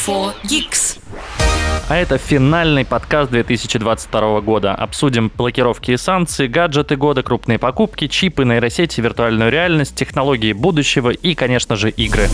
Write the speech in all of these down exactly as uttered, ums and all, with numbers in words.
фор Geeks. А это финальный подкаст две тысячи двадцать второго года. Обсудим блокировки и санкции, гаджеты года, крупные покупки, чипы, нейросети, виртуальную реальность, технологии будущего и, конечно же, игры.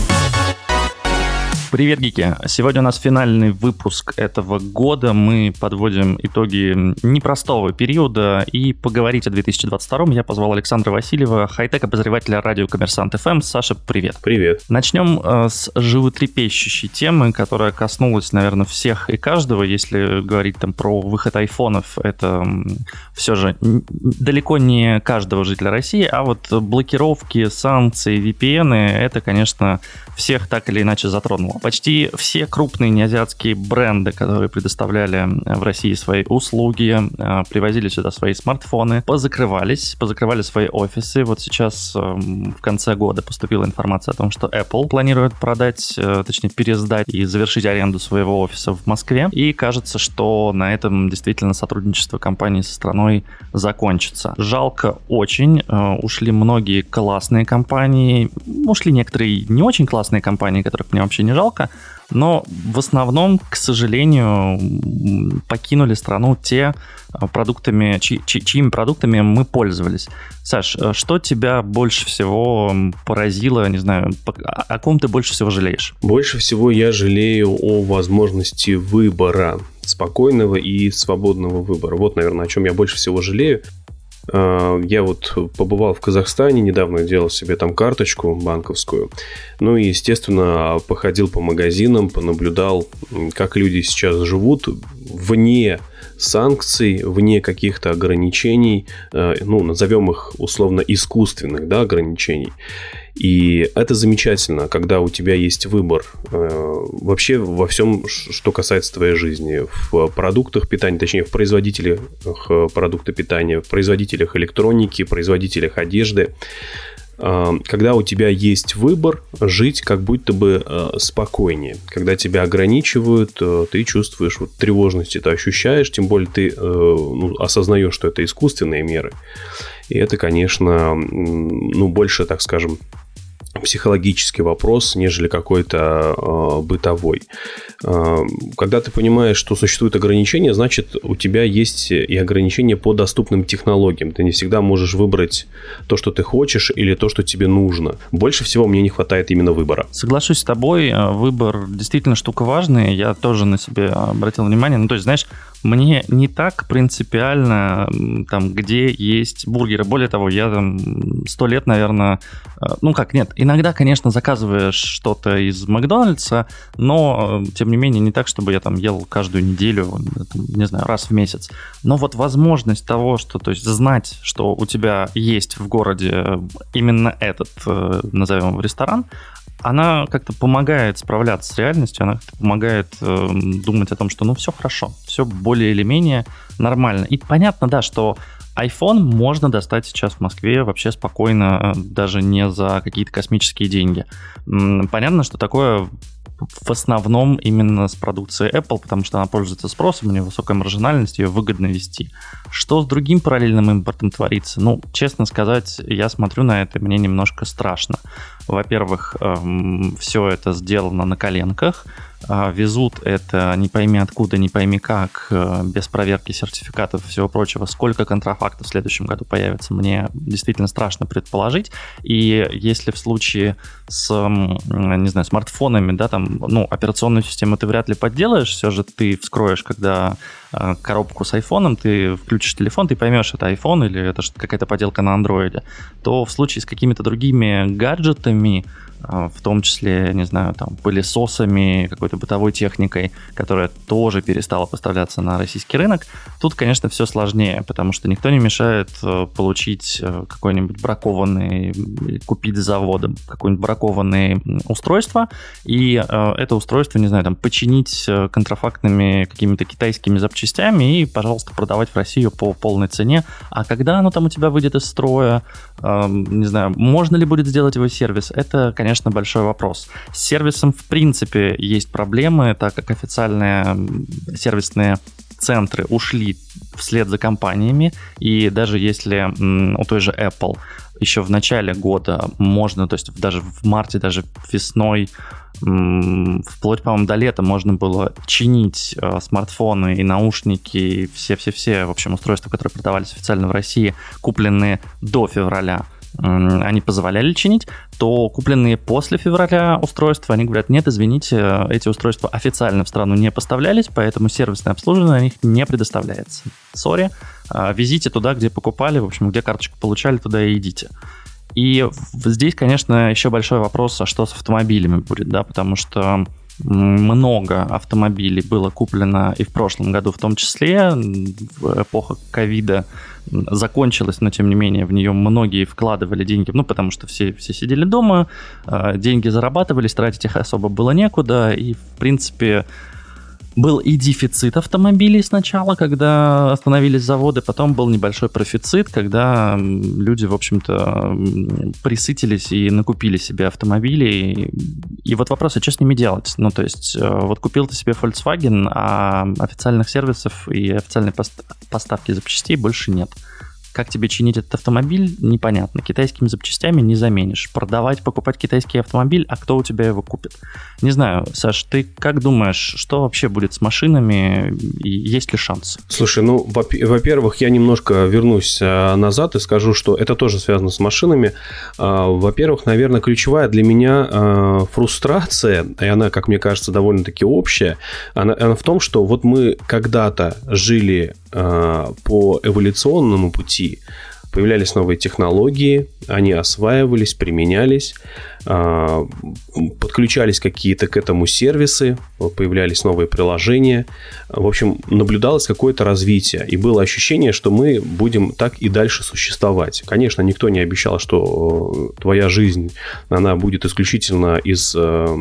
Привет, гики! Сегодня у нас финальный выпуск этого года. Мы подводим итоги непростого периода. И поговорить о две тысячи двадцать втором я позвал Александра Васильева, хай-тек-обозревателя радио Коммерсант эф эм. Саша, привет! Привет! Начнем э, с животрепещущей темы, которая коснулась, наверное, всех и каждого. Если говорить там про выход айфонов, это м, все же далеко не каждого жителя России, а вот блокировки, санкции, ви пи эн, это, конечно, всех так или иначе затронуло. Почти все крупные неазиатские бренды, которые предоставляли в России свои услуги, привозили сюда свои смартфоны, позакрывались, позакрывали свои офисы. Вот сейчас в конце года поступила информация о том, что Apple планирует продать, точнее пересдать и завершить аренду своего офиса в Москве. И кажется, что на этом действительно сотрудничество компании со страной закончится. Жалко очень. Ушли многие классные компании, ушли некоторые не очень классные компании, которых мне вообще не жалко. Но в основном, к сожалению, покинули страну те продуктами, чьи, чьими продуктами мы пользовались. Саш, что тебя больше всего поразило, не знаю, о ком ты больше всего жалеешь? Больше всего я жалею о возможности выбора, спокойного и свободного выбора. Вот, наверное, о чем я больше всего жалею. Я вот побывал в Казахстане, недавно делал себе там карточку банковскую. Ну и, естественно, походил по магазинам, понаблюдал, как люди сейчас живут вне санкций, вне каких-то ограничений, ну, назовем их условно искусственных, да, ограничений. И это замечательно, когда у тебя есть выбор э, вообще во всем, что касается твоей жизни. В продуктах питания, точнее, в производителях продукта питания, в производителях электроники, производителях одежды. Э, когда у тебя есть выбор жить как будто бы э, спокойнее. Когда тебя ограничивают, э, ты чувствуешь вот, тревожность, это ощущаешь, тем более ты э, ну, осознаешь, что это искусственные меры. И это, конечно, ну, больше, так скажем, психологический вопрос, нежели какой-то э, бытовой. Э, когда ты понимаешь, что существуют ограничения, значит, у тебя есть и ограничения по доступным технологиям. Ты не всегда можешь выбрать то, что ты хочешь, или то, что тебе нужно. Больше всего мне не хватает именно выбора. Соглашусь с тобой, выбор действительно штука важная. Я тоже на себе обратил внимание. Ну, то есть, знаешь, мне не так принципиально, там, где есть бургеры. Более того, я там сто лет, наверное, ну как, нет, иногда, конечно, заказываешь что-то из Макдональдса, но, тем не менее, не так, чтобы я там ел каждую неделю, там, не знаю, раз в месяц. Но вот возможность того, что, то есть, знать, что у тебя есть в городе именно этот, назовем его, ресторан, она как-то помогает справляться с реальностью, она как-то помогает э, думать о том, что ну все хорошо, все более или менее нормально. И понятно, да, что iPhone можно достать сейчас в Москве вообще спокойно, даже не за какие-то космические деньги. Понятно, что такое в основном именно с продукцией Apple, потому что она пользуется спросом, у нее высокая маржинальность, ее выгодно вести. Что с другим параллельным импортом творится? Ну, честно сказать, я смотрю на это, мне немножко страшно. Во-первых, все это сделано на коленках, везут это не пойми откуда, не пойми как, без проверки сертификатов и всего прочего. Сколько контрафактов в следующем году появится, мне действительно страшно предположить. И если в случае с, не знаю, смартфонами, да, там, ну, операционную систему ты вряд ли подделаешь, все же ты вскроешь, когда коробку с айфоном, ты включишь телефон, ты поймешь, это iPhone или это какая-то поделка на андроиде, то в случае с какими-то другими гаджетами, в том числе, не знаю, там, пылесосами, какой-то бытовой техникой, которая тоже перестала поставляться на российский рынок, тут, конечно, все сложнее, потому что никто не мешает получить какой-нибудь бракованный, купить с завода какое-нибудь бракованное устройство, и это устройство, не знаю, там, починить контрафактными какими-то китайскими запчастями и, пожалуйста, продавать в Россию по полной цене. А когда оно там у тебя выйдет из строя, не знаю, можно ли будет сделать его сервис, это, конечно, большой вопрос. С сервисом, в принципе, есть проблемы, так как официальные сервисные центры ушли вслед за компаниями, и даже если м, у той же Apple еще в начале года можно, то есть даже в марте, даже весной, вплоть, по-моему, до лета можно было чинить э, смартфоны и наушники, и все-все-все, в общем, устройства, которые продавались официально в России, купленные до февраля, э, они позволяли чинить, то купленные после февраля устройства, они говорят, нет, извините, эти устройства официально в страну не поставлялись, поэтому сервисное обслуживание на них не предоставляется. Сори, э, везите туда, где покупали, в общем, где карточку получали, туда и идите. И здесь, конечно, еще большой вопрос, а что с автомобилями будет, да, потому что много автомобилей было куплено и в прошлом году, в том числе, в эпоха ковида закончилась, но тем не менее в нее многие вкладывали деньги, ну, потому что все, все сидели дома, деньги зарабатывались, тратить их особо было некуда, и, в принципе, был и дефицит автомобилей сначала, когда остановились заводы, потом был небольшой профицит, когда люди, в общем-то, присытились и накупили себе автомобили. И вот вопрос, а что с ними делать? Ну, то есть, вот купил ты себе Volkswagen, а официальных сервисов и официальной поставки запчастей больше нет. Как тебе чинить этот автомобиль, непонятно. Китайскими запчастями не заменишь. Продавать, покупать китайский автомобиль, а кто у тебя его купит? Не знаю, Саш, ты как думаешь, что вообще будет с машинами и есть ли шанс? Слушай, ну, во-первых, я немножко вернусь назад и скажу, что это тоже связано с машинами. Во-первых, наверное, ключевая для меня фрустрация, и она, как мне кажется, довольно-таки общая, она, она в том, что вот мы когда-то жили по эволюционному пути, появлялись новые технологии, они осваивались, применялись, подключались какие-то к этому сервисы, появлялись новые приложения. В общем, наблюдалось какое-то развитие, и было ощущение, что мы будем так и дальше существовать. Конечно, никто не обещал, что твоя жизнь, она будет исключительно из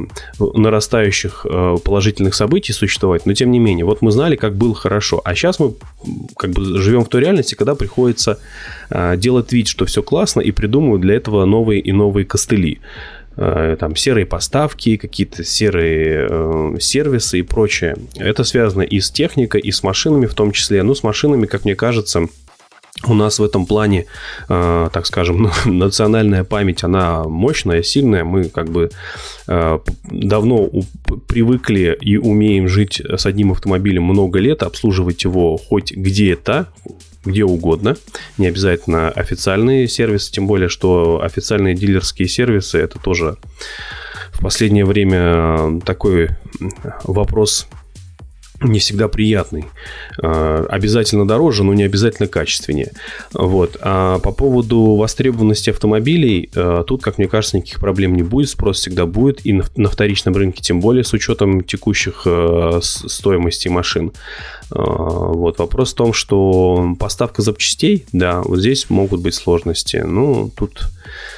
нарастающих положительных событий существовать, но тем не менее, вот мы знали, как было хорошо, а сейчас мы как бы живем в той реальности, когда приходится делать вид, что все классно, и придумывают для этого новые и новые костыли. Там серые поставки, какие-то серые э, сервисы и прочее. Это связано и с техникой, и с машинами в том числе. Но с машинами, как мне кажется, у нас в этом плане, э, так скажем, национальная память, она мощная, сильная. Мы как бы э, давно у, привыкли и умеем жить с одним автомобилем много лет, обслуживать его хоть где-то, где угодно, не обязательно официальные сервисы, тем более, что официальные дилерские сервисы — это тоже в последнее время такой вопрос не всегда приятный. Обязательно дороже, но не обязательно качественнее. Вот. А по поводу востребованности автомобилей, тут, как мне кажется, никаких проблем не будет. Спрос всегда будет. И на вторичном рынке, тем более, с учетом текущих стоимостей машин. Вот. Вопрос в том, что поставка запчастей, да, вот здесь могут быть сложности. Ну, тут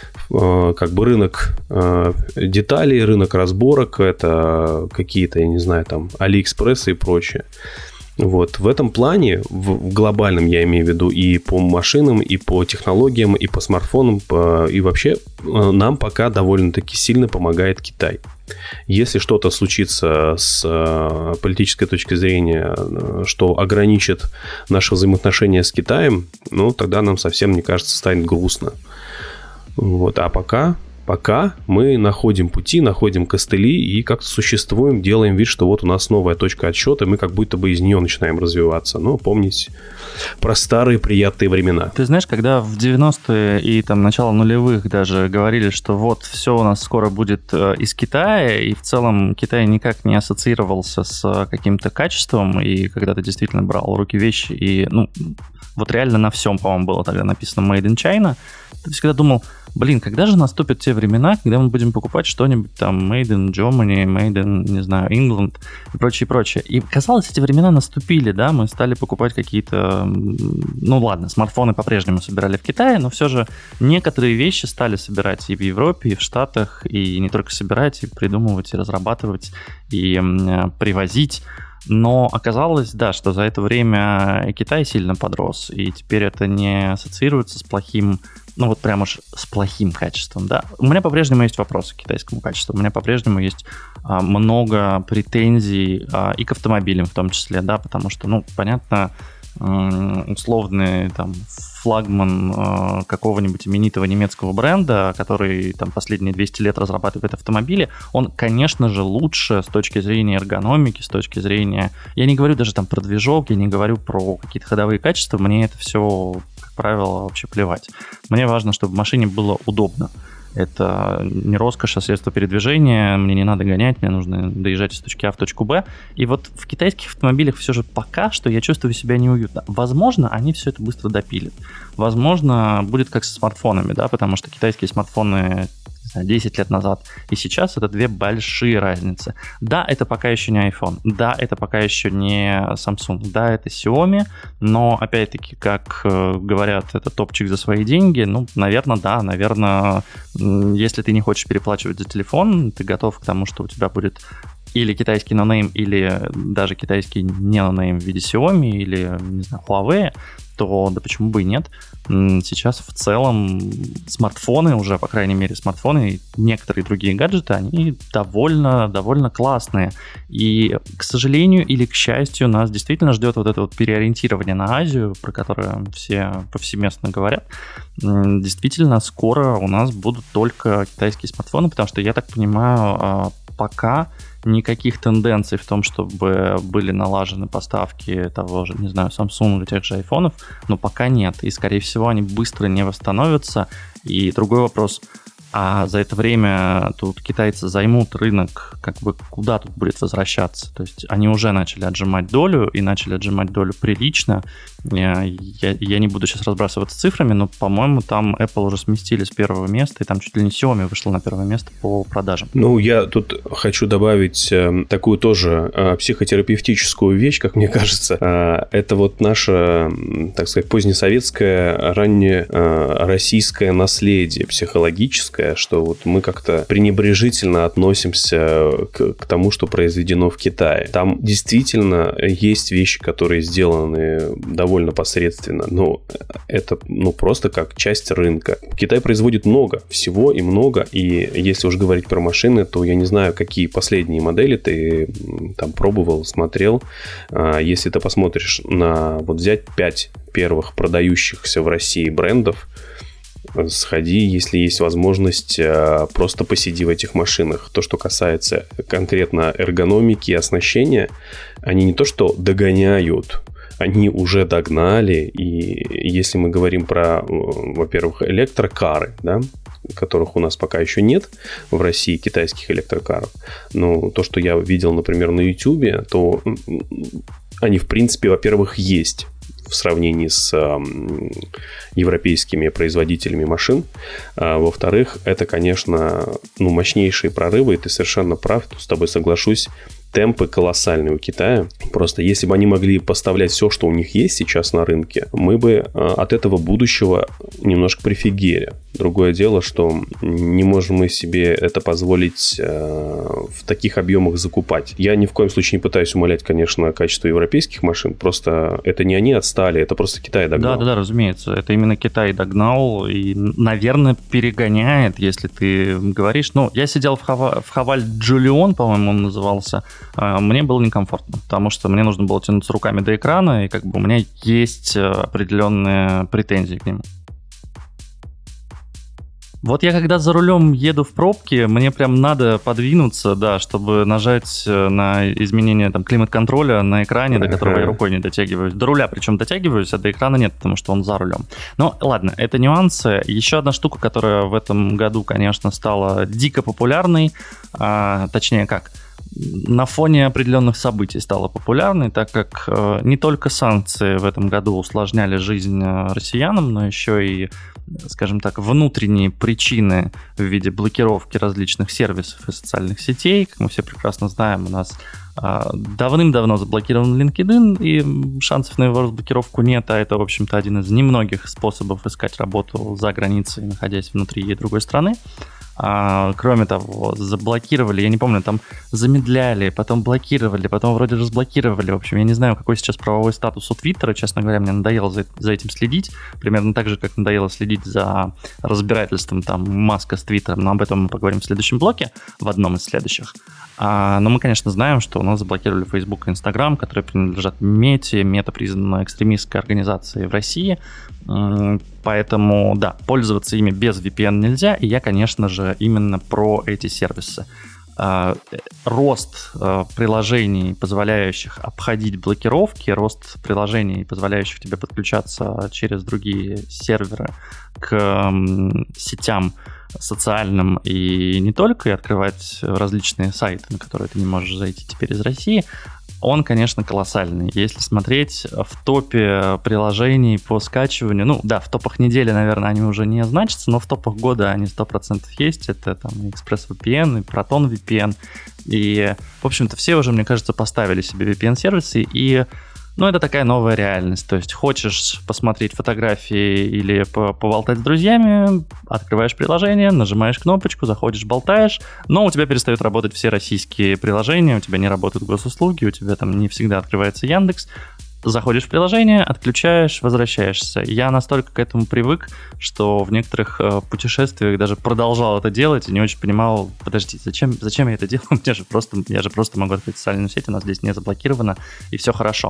как бы рынок деталей, рынок разборок, это какие-то, я не знаю, там, Алиэкспрессы и прочее. Вот. В этом плане, в глобальном я имею в виду и по машинам, и по технологиям, и по смартфонам, и вообще нам пока довольно-таки сильно помогает Китай. Если что-то случится с политической точки зрения, что ограничит наши взаимоотношения с Китаем, ну, тогда нам совсем, мне кажется, станет грустно. Вот. А пока, пока мы находим пути, находим костыли и как-то существуем, делаем вид, что вот у нас новая точка отсчета, мы как будто бы из нее начинаем развиваться. Но помнить про старые приятные времена. Ты знаешь, когда в девяностые и там начало нулевых даже говорили, что вот все у нас скоро будет из Китая, и в целом Китай никак не ассоциировался с каким-то качеством, и когда ты действительно брал в руки вещи, и ну вот реально на всем, по-моему, было тогда написано Made in China, ты всегда думал, блин, когда же наступят те времена, когда мы будем покупать что-нибудь там Made in Germany, Made in, не знаю, England и прочее, прочее. И казалось, эти времена наступили, да, мы стали покупать какие-то, ну ладно, смартфоны по-прежнему собирали в Китае, но все же некоторые вещи стали собирать и в Европе, и в Штатах, и не только собирать, и придумывать, и разрабатывать, и э, привозить. Но оказалось, да, что за это время Китай сильно подрос, и теперь это не ассоциируется с плохим, ну вот прям уж с плохим качеством, да. У меня по-прежнему есть вопросы к китайскому качеству, у меня по-прежнему есть а, много претензий а, и к автомобилям в том числе, да, потому что, ну, понятно, условный там флагман какого-нибудь именитого немецкого бренда, который там последние двести лет разрабатывает автомобили, он, конечно же, лучше с точки зрения эргономики, с точки зрения... Я не говорю даже там про движок, я не говорю про какие-то ходовые качества, мне это все, как правило, вообще плевать. Мне важно, чтобы в машине было удобно. Это не роскошь, а средство передвижения. Мне не надо гонять, мне нужно доезжать из точки А в точку Б. И вот в китайских автомобилях все же пока что я чувствую себя неуютно. Возможно, они все это быстро допилят. Возможно, будет как со смартфонами, да, потому что китайские смартфоны десять лет назад и сейчас это две большие разницы. Да, это пока еще не iPhone, да, это пока еще не Samsung, да, это Xiaomi, но опять-таки, как говорят, это топчик за свои деньги, ну, наверное, да, наверное, если ты не хочешь переплачивать за телефон, ты готов к тому, что у тебя будет или китайский нонейм, или даже китайский не нонейм в виде Xiaomi, или, не знаю, Huawei, то да почему бы и нет. Сейчас в целом смартфоны уже, по крайней мере, смартфоны и некоторые другие гаджеты, они довольно, довольно классные. И, к сожалению или к счастью, нас действительно ждет вот это вот переориентирование на Азию, про которое все повсеместно говорят. Действительно, скоро у нас будут только китайские смартфоны, потому что, я так понимаю, пока никаких тенденций в том, чтобы были налажены поставки того же, не знаю, Samsung или тех же айфонов, но пока нет. И, скорее всего, они быстро не восстановятся. И другой вопрос, а за это время тут китайцы займут рынок, как бы куда тут будет возвращаться? То есть они уже начали отжимать долю, и начали отжимать долю прилично. Я, я, я не буду сейчас разбрасываться цифрами, но, по-моему, там Apple уже сместили с первого места, и там чуть ли не Xiaomi вышла на первое место по продажам. Ну, я тут хочу добавить э, такую тоже э, психотерапевтическую вещь, как мне кажется. Э, это вот наше, так сказать, позднесоветское, раннее э, российское наследие психологическое, что вот мы как-то пренебрежительно относимся к, к тому, что произведено в Китае. Там действительно есть вещи, которые сделаны довольно посредственно, но это ну, просто как часть рынка. Китай производит много всего и много, и если уж говорить про машины, то я не знаю, какие последние модели ты там пробовал, смотрел. Если ты посмотришь на, вот взять пять первых продающихся в России брендов, сходи, если есть возможность, просто посиди в этих машинах. То, что касается конкретно эргономики и оснащения, они не то что догоняют, они уже догнали. И если мы говорим про, во-первых, электрокары, да, которых у нас пока еще нет в России, китайских электрокаров, но то, что я видел, например, на YouTube, то они, в принципе, во-первых, есть в сравнении с э, европейскими производителями машин. А, во-вторых, это, конечно, ну, мощнейшие прорывы, и ты совершенно прав, тут с тобой соглашусь. Темпы колоссальные у Китая. Просто если бы они могли поставлять все, что у них есть сейчас на рынке, мы бы от этого будущего немножко прифигели. Другое дело, что не можем мы себе это позволить в таких объемах закупать. Я ни в коем случае не пытаюсь умалять, конечно, качество европейских машин. Просто это не они отстали, это просто Китай догнал. Да, да, да, разумеется. Это именно Китай догнал и, наверное, перегоняет, если ты говоришь. Ну, я сидел в, Хава... в Хаваль Джулион, по-моему, он назывался. Мне было некомфортно, потому что мне нужно было тянуться руками до экрана, и как бы у меня есть определенные претензии к нему. Вот я когда за рулем еду в пробке, мне прям надо подвинуться, да, чтобы нажать на изменение там климат-контроля на экране, до которого я рукой не дотягиваюсь. До руля причем дотягиваюсь, а до экрана нет, потому что он за рулем. Но ладно, это нюансы. Еще одна штука, которая в этом году, конечно, стала дико популярной, а, точнее как, на фоне определенных событий стала популярной, так как э, не только санкции в этом году усложняли жизнь россиянам, но еще и, скажем так, внутренние причины в виде блокировки различных сервисов и социальных сетей. Как мы все прекрасно знаем, у нас э, давным-давно заблокирован LinkedIn, и шансов на его разблокировку нет, а это, в общем-то, один из немногих способов искать работу за границей, находясь внутри другой страны. А, кроме того, заблокировали, я не помню, там замедляли, потом блокировали, потом вроде разблокировали. В общем, я не знаю, какой сейчас правовой статус у Твиттера. Честно говоря, мне надоело за, за этим следить. Примерно так же, как надоело следить за разбирательством там Маска с Твиттером. Но об этом мы поговорим в следующем блоке, в одном из следующих. А, но мы, конечно, знаем, что у нас заблокировали Facebook и Instagram, которые принадлежат Мете. Мета признана экстремистской организацией в России. Поэтому, да, пользоваться ими без ви пи эн нельзя. И я, конечно же, именно про эти сервисы. Рост приложений, позволяющих обходить блокировки, рост приложений, позволяющих тебе подключаться через другие серверы к сетям социальным и не только, и открывать различные сайты, на которые ты не можешь зайти теперь из России, он, конечно, колоссальный. Если смотреть в топе приложений по скачиванию, ну да, в топах недели, наверное, они уже не значатся, но в топах года они сто процентов есть. Это там и ExpressVPN, и ProtonVPN. И, в общем-то, все уже, мне кажется, поставили себе ви пи эн-сервисы, и ну, это такая новая реальность. То есть хочешь посмотреть фотографии или поболтать с друзьями, открываешь приложение, нажимаешь кнопочку, заходишь, болтаешь, но у тебя перестают работать все российские приложения, у тебя не работают госуслуги, у тебя там не всегда открывается Яндекс. Заходишь в приложение, отключаешь, возвращаешься. Я настолько к этому привык, что в некоторых э, путешествиях даже продолжал это делать и не очень понимал, подожди, зачем, зачем я это делаю? Мне же просто, я же просто могу открыть социальную сеть, у нас здесь не заблокировано, и все хорошо.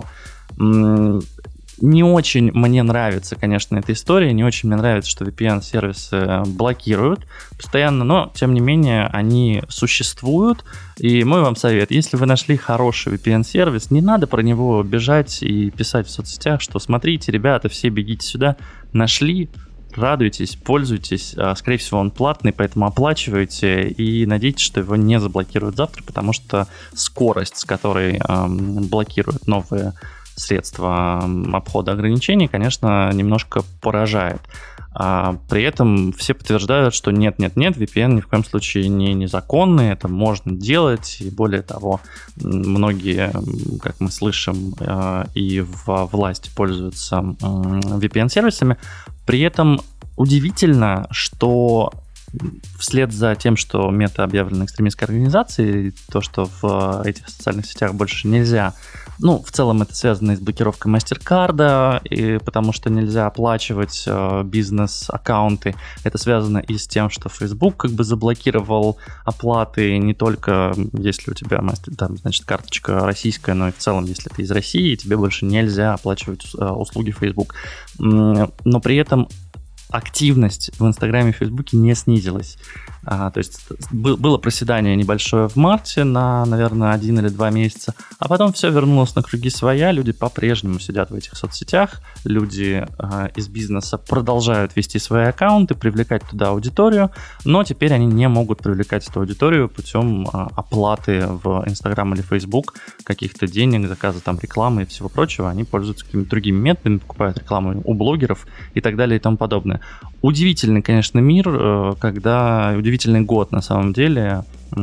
М- Не очень мне нравится, конечно, эта история, не очень мне нравится, что ви пи эн-сервисы блокируют постоянно, но, тем не менее, они существуют, и мой вам совет, если вы нашли хороший ви пи эн-сервис, не надо про него бежать и писать в соцсетях, что смотрите, ребята, все бегите сюда, нашли, радуйтесь, пользуйтесь, скорее всего, он платный, поэтому оплачивайте и надейтесь, что его не заблокируют завтра, потому что скорость, с которой эм, блокируют новые средства обхода ограничений, конечно, немножко поражает. А при этом все подтверждают, что нет-нет-нет, ви пи эн ни в коем случае не незаконный, это можно делать, и более того, многие, как мы слышим, и во власти пользуются ви пи эн-сервисами. При этом удивительно, что вслед за тем, что Мета объявлена экстремистской организацией, то, что в этих социальных сетях больше нельзя, ну, в целом это связано и с блокировкой MasterCard, и потому что нельзя оплачивать э, бизнес-аккаунты. Это связано и с тем, что Facebook как бы заблокировал оплаты не только если у тебя там, значит, карточка российская, но и в целом, если ты из России, тебе больше нельзя оплачивать э, услуги Facebook. Но при этом активность в Инстаграме и Фейсбуке не снизилась. А, то есть было проседание небольшое в марте на, наверное, один или два месяца, а потом все вернулось на круги своя, люди по-прежнему сидят в этих соцсетях, люди а, из бизнеса продолжают вести свои аккаунты, привлекать туда аудиторию, но теперь они не могут привлекать эту аудиторию путем а, оплаты в Инстаграм или Фейсбук каких-то денег, заказа там рекламы и всего прочего, они пользуются какими-то другими методами, покупают рекламу у блогеров и так далее и тому подобное. Удивительный, конечно, мир, когда удивительный год на самом деле,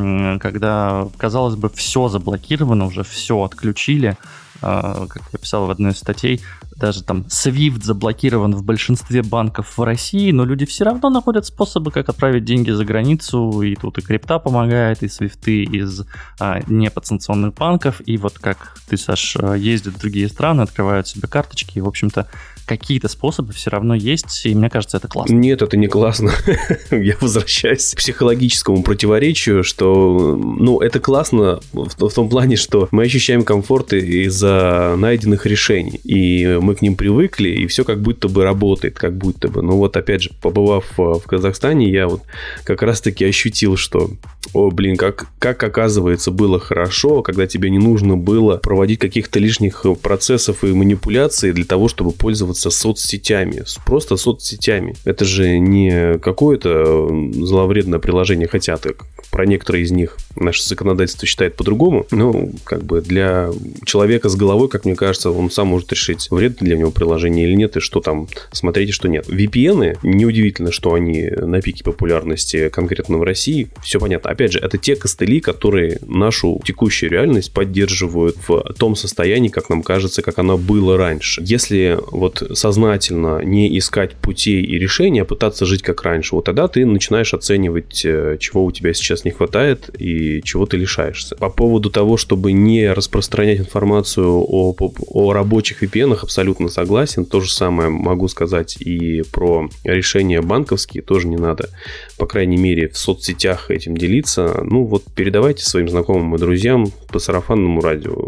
когда, казалось бы, все заблокировано, уже все отключили, как я писал в одной из статей, даже там свифт заблокирован в большинстве банков в России, но люди все равно находят способы, как отправить деньги за границу, и тут и крипта помогает, и свифты из а, неподсанкционных банков, и вот как ты, Саш, ездят в другие страны, открывают себе карточки, и, в общем-то, какие-то способы все равно есть, и мне кажется, это классно. Нет, это не классно. Я возвращаюсь к психологическому противоречию, что, ну, это классно в, в том плане, что мы ощущаем комфорт из-за найденных решений, и мы к ним привыкли, и все как будто бы работает, как будто бы. Ну, вот опять же, побывав в Казахстане, я вот как раз-таки ощутил, что, о, блин, как, как оказывается было хорошо, когда тебе не нужно было проводить каких-то лишних процессов и манипуляций для того, чтобы пользоваться соцсетями, просто соцсетями. Это же не какое-то зловредное приложение, хотя про некоторые из них наше законодательство считает по-другому. Ну, как бы для человека с головой, как мне кажется, он сам может решить, вредно для него приложение или нет, и что там смотреть, и что нет. ви пи эн, неудивительно, что они на пике популярности конкретно в России. Все понятно. Опять же, это те костыли, которые нашу текущую реальность поддерживают в том состоянии, как нам кажется, как оно было раньше. Если вот сознательно не искать путей и решений, а пытаться жить как раньше, вот тогда ты начинаешь оценивать, чего у тебя сейчас не хватает и чего ты лишаешься. По поводу того, чтобы не распространять информацию о, о рабочих ви пи эн, абсолютно согласен. То же самое могу сказать и про решения банковские, тоже не надо, по крайней мере, в соцсетях этим делиться. Ну вот передавайте своим знакомым и друзьям по сарафанному радио.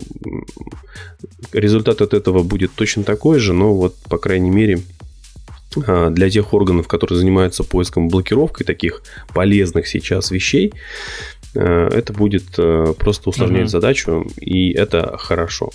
Результат от этого будет точно такой же, но вот, по крайней мере, для тех органов, которые занимаются поиском и блокировкой таких полезных сейчас вещей, это будет просто усложнять uh-huh. задачу, и это хорошо.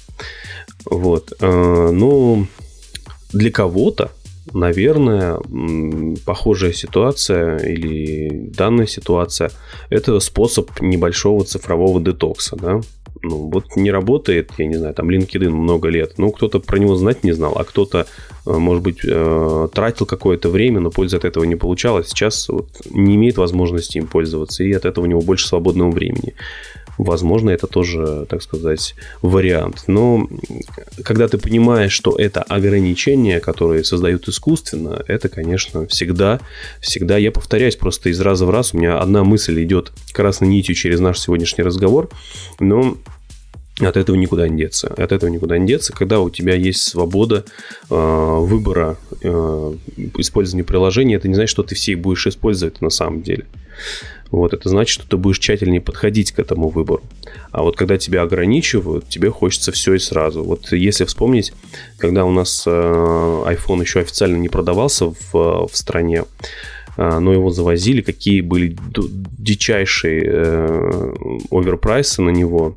Вот. Ну, для кого-то, наверное, похожая ситуация или данная ситуация – это способ небольшого цифрового детокса, да? Ну, вот не работает, я не знаю, там LinkedIn много лет, ну, кто-то про него знать не знал, а кто-то, может быть, тратил какое-то время, но пользы от этого не получалось, сейчас вот не имеет возможности им пользоваться, и от этого у него больше свободного времени. Возможно, это тоже, так сказать, вариант. Но когда ты понимаешь, что это ограничения, которые создают искусственно, это, конечно, всегда, всегда, я повторяюсь просто из раза в раз, у меня одна мысль идет красной нитью через наш сегодняшний разговор, но от этого никуда не деться. От этого никуда не деться, когда у тебя есть свобода э, выбора э, использования приложений, это не значит, что ты все их будешь использовать на самом деле. Вот, это значит, что ты будешь тщательнее подходить к этому выбору. А вот когда тебя ограничивают, тебе хочется все и сразу. Вот если вспомнить, когда у нас э, iPhone еще официально не продавался в, в стране, но его завозили, какие были дичайшие э, оверпрайсы на него,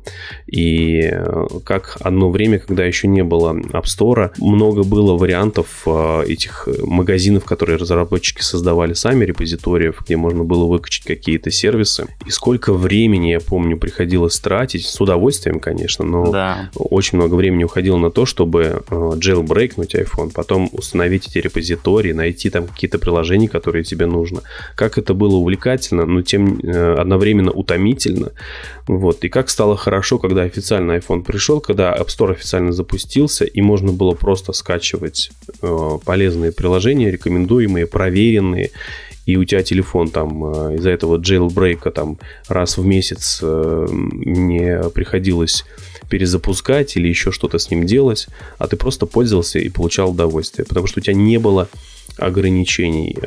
и как одно время, когда еще не было App Store, много было вариантов э, этих магазинов, которые разработчики создавали сами, репозиториев, где можно было выкачать какие-то сервисы, и сколько времени, я помню, приходилось тратить, с удовольствием, конечно, но да. очень много времени уходило на то, чтобы э, джейлбрейкнуть iPhone, потом установить эти репозитории, найти там какие-то приложения, которые тебе нужно. Как это было увлекательно, но тем э, одновременно утомительно. Вот. И как стало хорошо, когда официально iPhone пришел, когда App Store официально запустился, и можно было просто скачивать э, полезные приложения, рекомендуемые, проверенные, и у тебя телефон там э, из-за этого джейлбрейка там раз в месяц э, не приходилось перезапускать или еще что-то с ним делать, а ты просто пользовался и получал удовольствие, потому что у тебя не было ограничений.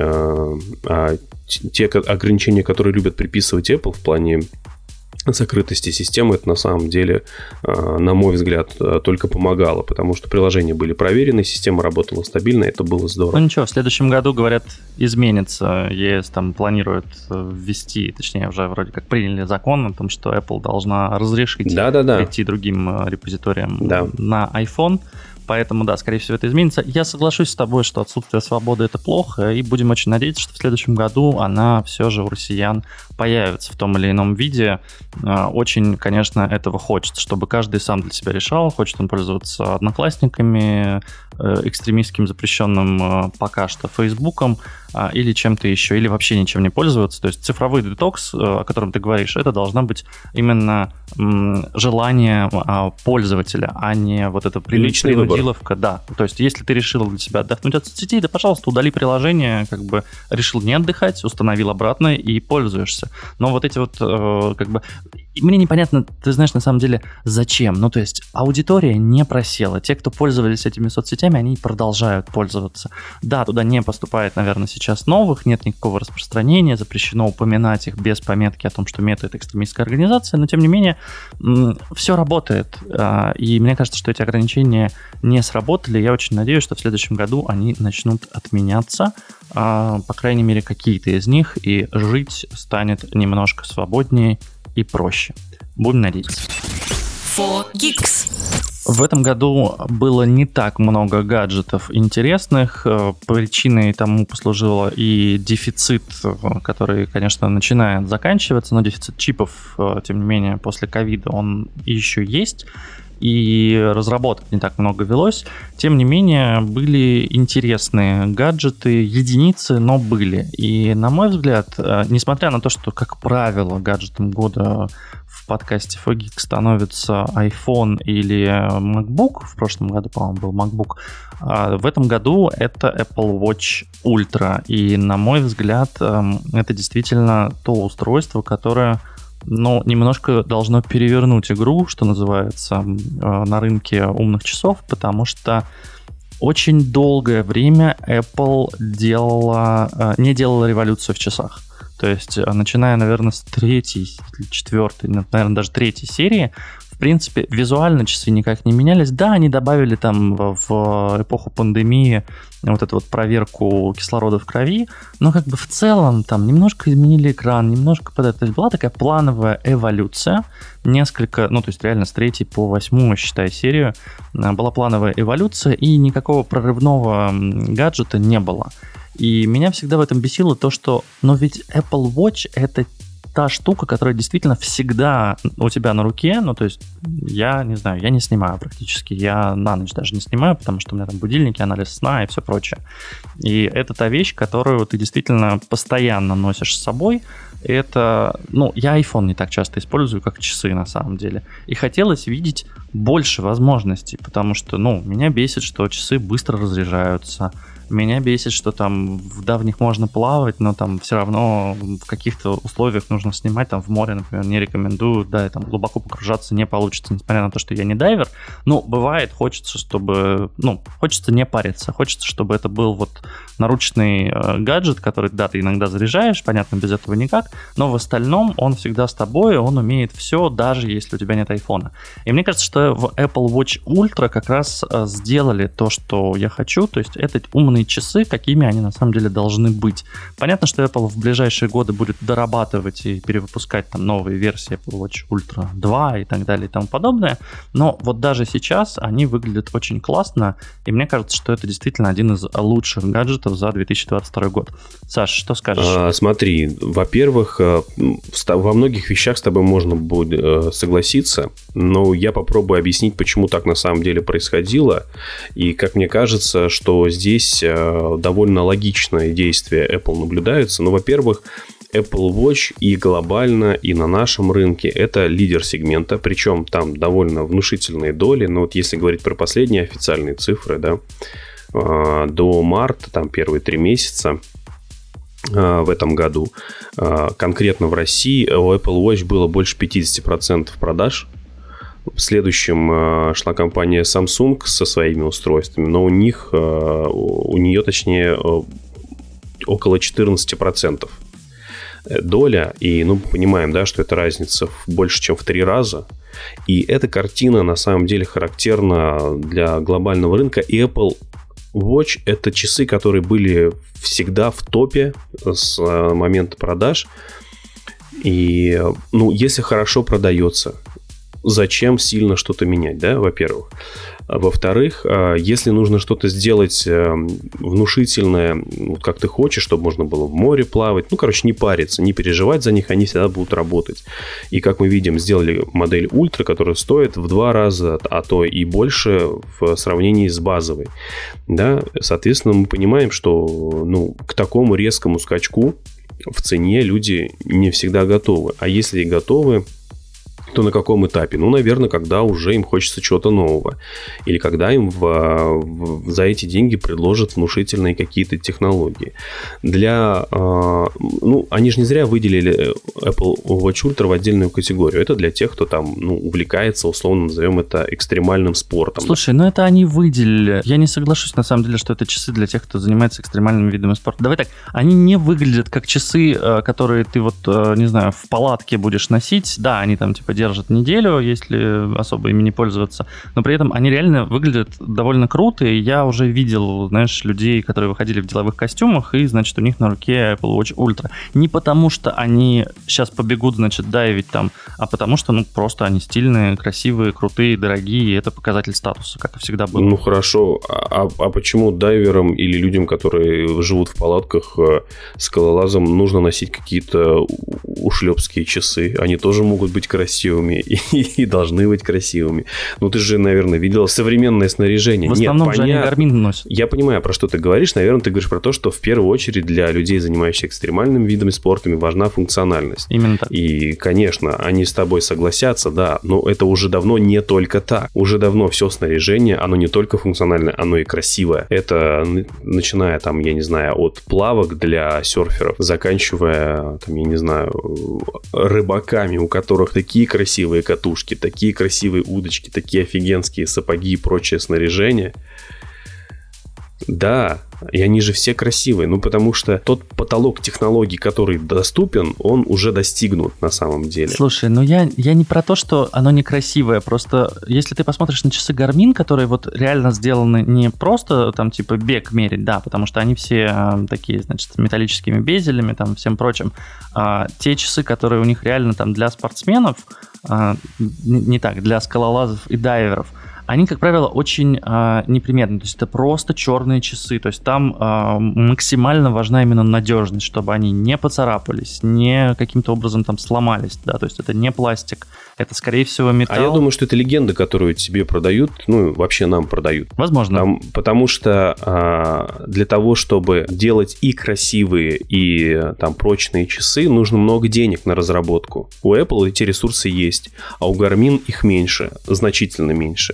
А те ограничения, которые любят приписывать Apple в плане закрытости системы, это на самом деле, на мой взгляд, только помогало, потому что приложения были проверены, система работала стабильно, это было здорово. Ну ничего, в следующем году, говорят, изменится. ЕС там планирует ввести, точнее, уже вроде как приняли закон о том, что Apple должна разрешить Да-да-да. идти другим репозиториям да. на iPhone. Поэтому, да, скорее всего, это изменится. Я соглашусь с тобой, что отсутствие свободы – это плохо, и будем очень надеяться, что в следующем году она все же у россиян появится в том или ином виде. Очень, конечно, этого хочется, чтобы каждый сам для себя решал, хочет он пользоваться одноклассниками, экстремистским запрещенным пока что Фейсбуком или чем-то еще, или вообще ничем не пользоваться. То есть цифровой детокс, о котором ты говоришь, это должна быть именно желание пользователя, а не вот это приличная принудиловка. Да. То есть если ты решил для себя отдохнуть от соцсетей, да, пожалуйста, удали приложение, как бы решил не отдыхать, установил обратно и пользуешься. Но вот эти вот как бы... Мне непонятно, ты знаешь, на самом деле, зачем. Ну, то есть аудитория не просела. Те, кто пользовались этими соцсетями, они продолжают пользоваться. Да, туда не поступает, наверное, сейчас новых, нет никакого распространения, запрещено упоминать их без пометки о том, что Мета — это экстремистская организация, но, тем не менее, все работает. И мне кажется, что эти ограничения не сработали. Я очень надеюсь, что в следующем году они начнут отменяться, по крайней мере, какие-то из них, и жить станет немножко свободнее и проще. Будем надеяться. фор Geeks. В этом году было не так много гаджетов интересных. Причиной тому послужило и дефицит, который, конечно, начинает заканчиваться, но дефицит чипов, тем не менее, после ковида он еще есть. И разработок не так много велось. Тем не менее, были интересные гаджеты, единицы, но были. И, на мой взгляд, несмотря на то, что, как правило, гаджетом года в подкасте эф гик становится iPhone или MacBook, в прошлом году, по-моему, был MacBook, в этом году это Apple Watch Ultra. И, на мой взгляд, это действительно то устройство, которое... но немножко должно перевернуть игру, что называется, на рынке умных часов, потому что очень долгое время Apple делала, не делала революцию в часах. То есть, начиная, наверное, с третьей, четвертой, наверное, даже третьей серии, в принципе, визуально часы никак не менялись. Да, они добавили там в эпоху пандемии вот эту вот проверку кислорода в крови, но как бы в целом там немножко изменили экран, немножко под это. То есть была такая плановая эволюция, несколько, ну то есть реально с третьей по восьмую, считай, серию, была плановая эволюция, и никакого прорывного гаджета не было. И меня всегда в этом бесило то, что, но ведь Apple Watch это та штука, которая действительно всегда у тебя на руке, ну, то есть я не знаю, я не снимаю практически, я на ночь даже не снимаю, потому что у меня там будильники, анализ сна и все прочее. И это та вещь, которую ты действительно постоянно носишь с собой. Это, ну, я iPhone не так часто использую, как часы на самом деле. И хотелось видеть больше возможностей, потому что, ну, меня бесит, что часы быстро разряжаются. Меня бесит, что там в давних можно плавать, но там все равно в каких-то условиях нужно снимать, там в море, например, не рекомендую, да, и там глубоко погружаться не получится, несмотря на то, что я не дайвер. Но бывает, хочется, чтобы, ну, хочется не париться, хочется, чтобы это был вот наручный э, гаджет, который, да, ты иногда заряжаешь, понятно, без этого никак, но в остальном он всегда с тобой, он умеет все, даже если у тебя нет айфона. И мне кажется, что в Apple Watch Ultra как раз э, сделали то, что я хочу, то есть это умный часы, какими они на самом деле должны быть. Понятно, что Apple в ближайшие годы будет дорабатывать и перевыпускать там новые версии Apple Watch Ultra два и так далее и тому подобное, но вот даже сейчас они выглядят очень классно, и мне кажется, что это действительно один из лучших гаджетов за две тысячи двадцать второй год. Саш, что скажешь? А, смотри, во-первых, во многих вещах с тобой можно будет согласиться, но я попробую объяснить, почему так на самом деле происходило, и как мне кажется, что здесь довольно логичное действие Apple наблюдается. Ну, во-первых, Apple Watch и глобально, и на нашем рынке это лидер сегмента, причем там довольно внушительные доли. Но вот если говорить про последние официальные цифры, да, до марта, там первые три месяца в этом году, конкретно в России у Apple Watch было больше пятьдесят процентов продаж. Следующим шла компания Samsung со своими устройствами, но у них, у нее, точнее, около четырнадцать процентов доля, и, ну, понимаем, да, что это разница больше, чем в три раза, и эта картина на самом деле характерна для глобального рынка, и Apple Watch — это часы, которые были всегда в топе с момента продаж, и, ну, если хорошо продается, зачем сильно что-то менять, да, во-первых. Во-вторых, если нужно что-то сделать внушительное, как ты хочешь, чтобы можно было в море плавать, ну, короче, не париться, не переживать за них, они всегда будут работать. И, как мы видим, сделали модель Ultra, которая стоит в два раза, а то и больше в сравнении с базовой. Да, соответственно, мы понимаем, что, ну, к такому резкому скачку в цене люди не всегда готовы. А если и готовы, то на каком этапе? Ну, наверное, когда уже им хочется чего-то нового. Или когда им в, в, за эти деньги предложат внушительные какие-то технологии. Для, э, ну, они же не зря выделили Apple Watch Ultra в отдельную категорию. Это для тех, кто там, ну, увлекается, условно назовем это, экстремальным спортом. Слушай, ну это они выделили. Я не соглашусь, на самом деле, что это часы для тех, кто занимается экстремальными видами спорта. Давай так, они не выглядят как часы, которые ты вот, не знаю, в палатке будешь носить. Да, они там, типа, держат продержат неделю, если особо ими не пользоваться, но при этом они реально выглядят довольно круто, и я уже видел, знаешь, людей, которые выходили в деловых костюмах, и, значит, у них на руке Apple Watch Ultra. Не потому, что они сейчас побегут, значит, дайвить там, а потому что, ну, просто они стильные, красивые, крутые, дорогие, и это показатель статуса, как и всегда было. Ну, хорошо, а, а почему дайверам или людям, которые живут в палатках скалолазам, нужно носить какие-то ушлепские часы? Они тоже могут быть красивыми и, и должны быть красивыми. Ну, ты же, наверное, видел современное снаряжение. В основном Нет, же понятно. они Garmin носят. Я понимаю, про что ты говоришь. Наверное, ты говоришь про то, что в первую очередь для людей, занимающихся экстремальными видами спорта, важна функциональность. Именно так. И, конечно, они с тобой согласятся, да, но это уже давно не только так. Уже давно все снаряжение, оно не только функциональное, оно и красивое. Это начиная, там, я не знаю, от плавок для серферов, заканчивая, там, я не знаю, рыбаками, у которых такие красивые катушки, такие красивые удочки, такие офигенские сапоги и прочее снаряжение. Да, и они же все красивые, ну потому что тот потолок технологий, который доступен, он уже достигнут на самом деле. Слушай, ну я, я не про то, что оно некрасивое, просто если ты посмотришь на часы Garmin, которые вот реально сделаны не просто там типа бег мерить, да, потому что они все э, такие, значит, с металлическими безелями, там всем прочим, а те часы, которые у них реально там для спортсменов, э, не, не так, для скалолазов и дайверов, они, как правило, очень э, неприметны. То есть это просто черные часы. То есть там э, максимально важна именно надежность, чтобы они не поцарапались, не каким-то образом там сломались. Да? То есть это не пластик, это, скорее всего, металл. А я думаю, что это легенда, которую тебе продают, ну, вообще нам продают. Возможно. Там, потому что э, для того, чтобы делать и красивые, и там прочные часы, нужно много денег на разработку. У Apple эти ресурсы есть, а у Garmin их меньше, значительно меньше.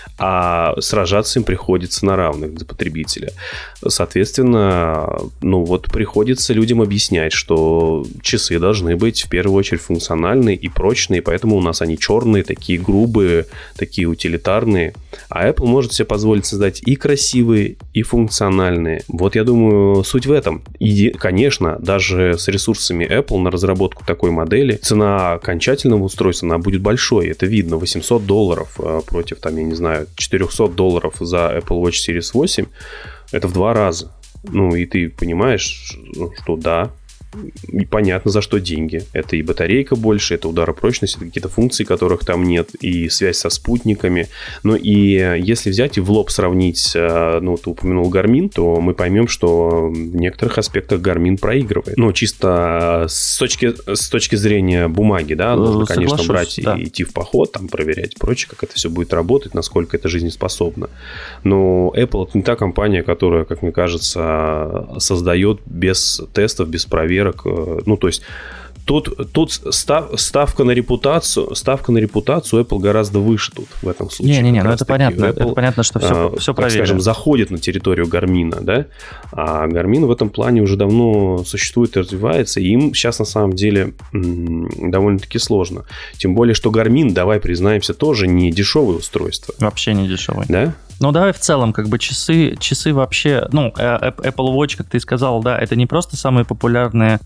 А сражаться им приходится на равных для потребителя. Соответственно, ну вот приходится людям объяснять, что часы должны быть в первую очередь функциональные и прочные, поэтому у нас они черные, такие грубые, такие утилитарные. А Apple может себе позволить создать и красивые, и функциональные. Вот я думаю, суть в этом. И, конечно, даже с ресурсами Apple на разработку такой модели цена окончательного устройства, она будет большой. Это видно, восемьсот долларов против, там, я не знаю, четыреста долларов за Apple Watch Series восемь. Это в два раза. Ну, и ты понимаешь, что да, и понятно, за что деньги. Это и батарейка больше, это ударопрочность, это какие-то функции, которых там нет, и связь со спутниками. Ну и если взять и в лоб сравнить, ну, ты упомянул Garmin, то мы поймем, что в некоторых аспектах Garmin проигрывает. Ну, чисто с точки, с точки зрения бумаги, да, нужно, конечно, брать да. и идти в поход, там, проверять прочее, как это все будет работать, насколько это жизнеспособно. Но Apple — это не та компания, которая, как мне кажется, создает без тестов, без проверок. Ну, то есть тут, тут став, ставка на репутацию, ставка на репутацию Apple гораздо выше тут в этом случае. Не-не-не, ну это понятно, Apple, это понятно, что все, а, все проверено. Скажем, заходит на территорию Garmin, да, а Garmin в этом плане уже давно существует и развивается, и им сейчас на самом деле м- довольно-таки сложно. Тем более, что Garmin, давай признаемся, тоже не дешевое устройство. Вообще не дешевое. Да? Ну, давай в целом, как бы часы, часы вообще, ну, Apple Watch, как ты сказал, да, это не просто самые популярные.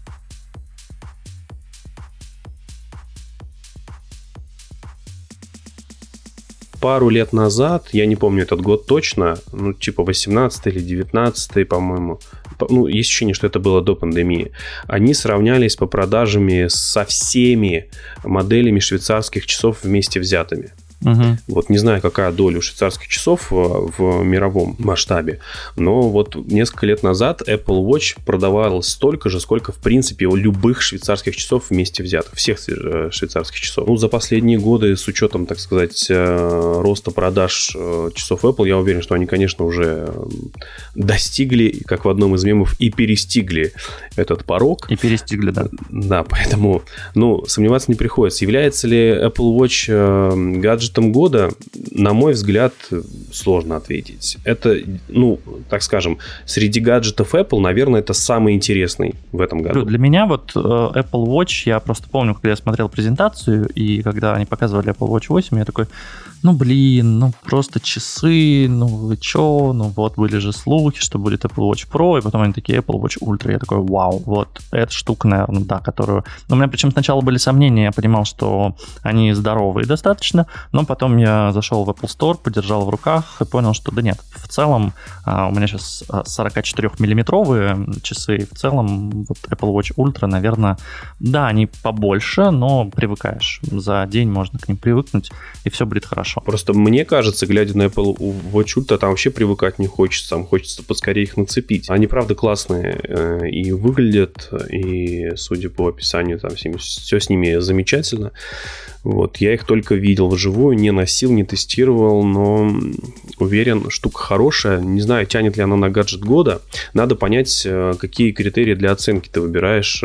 Пару лет назад, я не помню этот год точно, ну, типа восемнадцатый или девятнадцатый, по-моему, ну, есть ощущение, что это было до пандемии, они сравнялись по продажами со всеми моделями швейцарских часов вместе взятыми. Угу. Вот не знаю, какая доля у швейцарских часов в, в мировом масштабе, но вот несколько лет назад Apple Watch продавалась столько же, сколько в принципе у любых швейцарских часов вместе взятых, всех швейцарских часов. Ну, за последние годы, с учетом, так сказать, роста продаж часов Apple, я уверен, что они, конечно, уже достигли, как в одном из мемов, и перестигли этот порог. И перестигли, да. Да, поэтому, ну, сомневаться не приходится. Является ли Apple Watch гаджетом года, на мой взгляд, сложно ответить. Это, ну, так скажем, среди гаджетов Apple, наверное, это самый интересный в этом году. Для меня вот Apple Watch, я просто помню, когда я смотрел презентацию, и когда они показывали Apple Watch восемь, я такой, ну, блин, ну, просто часы, ну, вы чё, ну, вот были же слухи, что будет Apple Watch Pro, и потом они такие Apple Watch Ultra, я такой, вау, вот, эта штука, наверное, да, которую... Но у меня причем сначала были сомнения, я понимал, что они здоровые достаточно, но потом я зашел в Apple Store, подержал в руках и понял, что да нет, в целом у меня сейчас сорокачетырёхмиллиметровые часы, и в целом вот Apple Watch Ultra, наверное, да, они побольше, но привыкаешь, за день можно к ним привыкнуть, и все будет хорошо. Просто мне кажется, глядя на Apple Watch Ultra, там вообще привыкать не хочется, там хочется поскорее их нацепить. Они, правда, классные и выглядят, и, судя по описанию, там все с ними замечательно. Вот, я их только видел вживую, не носил, не тестировал, но уверен, штука хорошая. Не знаю, тянет ли она на гаджет года. Надо понять, какие критерии для оценки ты выбираешь.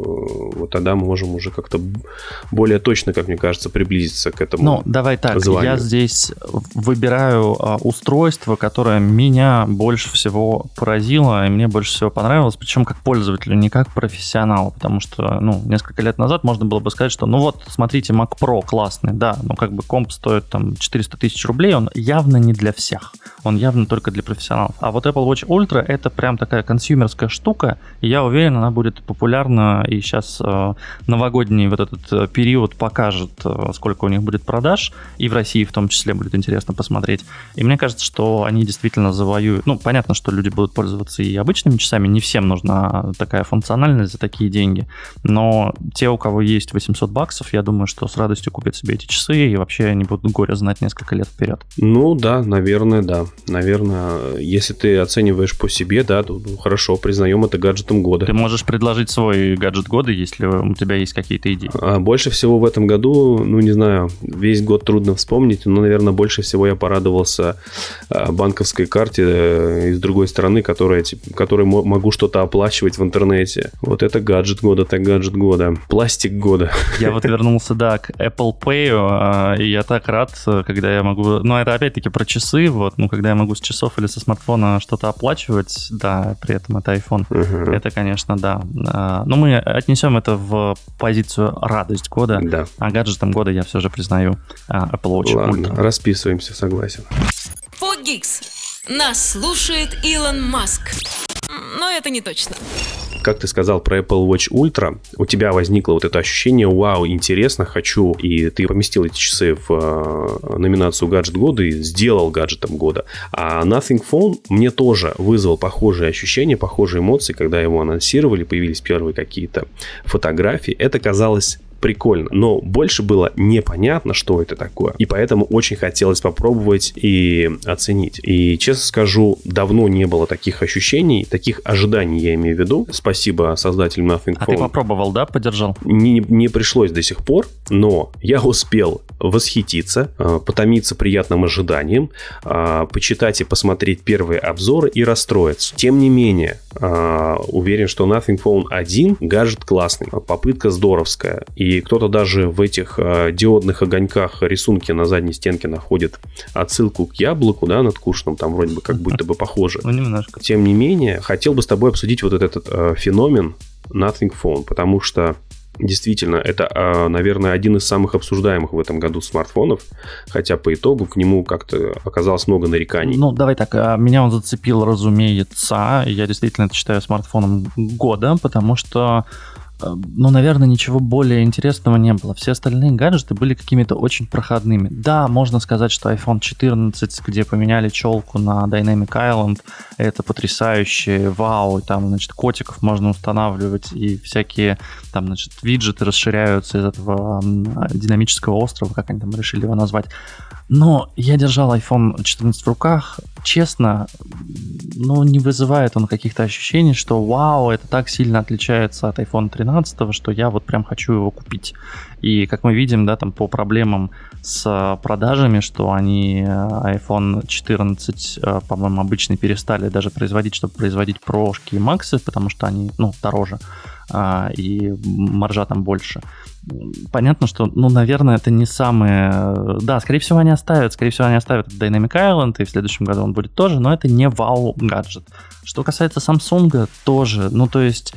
Вот тогда мы можем уже как-то более точно, как мне кажется, приблизиться к этому. Ну, давай так, званию. Я здесь выбираю устройство, которое меня больше всего поразило и мне больше всего понравилось, причем как пользователю, не как профессионалу, потому что, ну, несколько лет назад можно было бы сказать, что, ну вот, смотрите, Mac Pro классный, да, но как бы комп стоит там четыреста тысяч рублей, он явно не для всех, он явно только для профессионалов. А вот Apple Watch Ultra это прям такая консюмерская штука, и я уверен, она будет популярна, и сейчас э, новогодний вот этот период покажет, э, сколько у них будет продаж, и в России в том числе будет интересно посмотреть. И мне кажется, что они действительно завоюют, ну, понятно, что люди будут пользоваться и обычными часами, не всем нужна такая функциональность за такие деньги, но те, у кого есть восемьсот баксов, я думаю, что с радостью купят себе эти часы и вообще не будут горя знать несколько лет вперед. Ну да, наверное, да. Наверное, если ты оцениваешь по себе, да, то ну, хорошо, признаем это гаджетом года. Ты можешь предложить свой гаджет года, если у тебя есть какие-то идеи. А больше всего в этом году, ну не знаю, весь год трудно вспомнить, но, наверное, больше всего я порадовался банковской карте из другой страны, которая, которой могу что-то оплачивать в интернете. Вот это гаджет года, так гаджет года. Пластик года. Я вот вернулся, да, к Apple Pay, и я так рад, когда я могу... Ну, это опять-таки про часы, вот, ну, когда я могу с часов или со смартфона что-то оплачивать, да, при этом это iPhone, uh-huh. это, конечно, да. Но мы отнесем это в позицию радость года, да. А гаджетом года я все же признаю Apple Watch Ладно, Ultra. Расписываемся, согласен. Фогикс. Нас слушает Илон Маск. Но это не точно. Как ты сказал про Apple Watch Ultra, у тебя возникло вот это ощущение, вау, интересно, хочу, и ты поместил эти часы в э, номинацию гаджет года и сделал гаджетом года. А Nothing Phone мне тоже вызвал похожие ощущения, похожие эмоции, когда его анонсировали, появились первые какие-то фотографии. Это казалось прикольно, но больше было непонятно, что это такое, и поэтому очень хотелось попробовать и оценить. И, честно скажу, давно не было таких ощущений, таких ожиданий, я имею в виду. Спасибо создателям Nothing Phone. А ты попробовал, да, подержал? Не, не пришлось до сих пор, но я успел восхититься, потомиться приятным ожиданием, почитать и посмотреть первые обзоры и расстроиться. Тем не менее, уверен, что Nothing Phone один гаджет классный, попытка здоровская. И кто-то даже в этих диодных огоньках рисунки на задней стенке находит отсылку к яблоку, да, надкушенному, там вроде бы как будто бы похоже. Ну, немножко. Тем не менее, хотел бы с тобой обсудить вот этот феномен Nothing Phone, потому что действительно, это, наверное, один из самых обсуждаемых в этом году смартфонов, хотя по итогу к нему как-то оказалось много нареканий. Ну, давай так, меня он зацепил, разумеется, я действительно это считаю смартфоном года, потому что, ну, наверное, ничего более интересного не было. Все остальные гаджеты были какими-то очень проходными. Да, можно сказать, что айфон четырнадцать, где поменяли челку на Dynamic Island, это потрясающе, вау, там, значит, котиков можно устанавливать, и всякие, там, значит, виджеты расширяются из этого динамического острова, как они там решили его назвать. Но я держал айфон четырнадцать в руках, честно, ну, не вызывает он каких-то ощущений, что вау, это так сильно отличается от айфон тринадцать, что я вот прям хочу его купить. И как мы видим, да, там по проблемам с продажами, что они айфон четырнадцать, по-моему, обычный перестали даже производить, чтобы производить прошки и максы, потому что они, ну, дороже, и маржа там больше. понятно, что, ну, наверное, это не самое... Да, скорее всего, они оставят, скорее всего, они оставят Dynamic Island, и в следующем году он будет тоже, но это не вау-гаджет. Что касается Samsung, тоже, ну, то есть...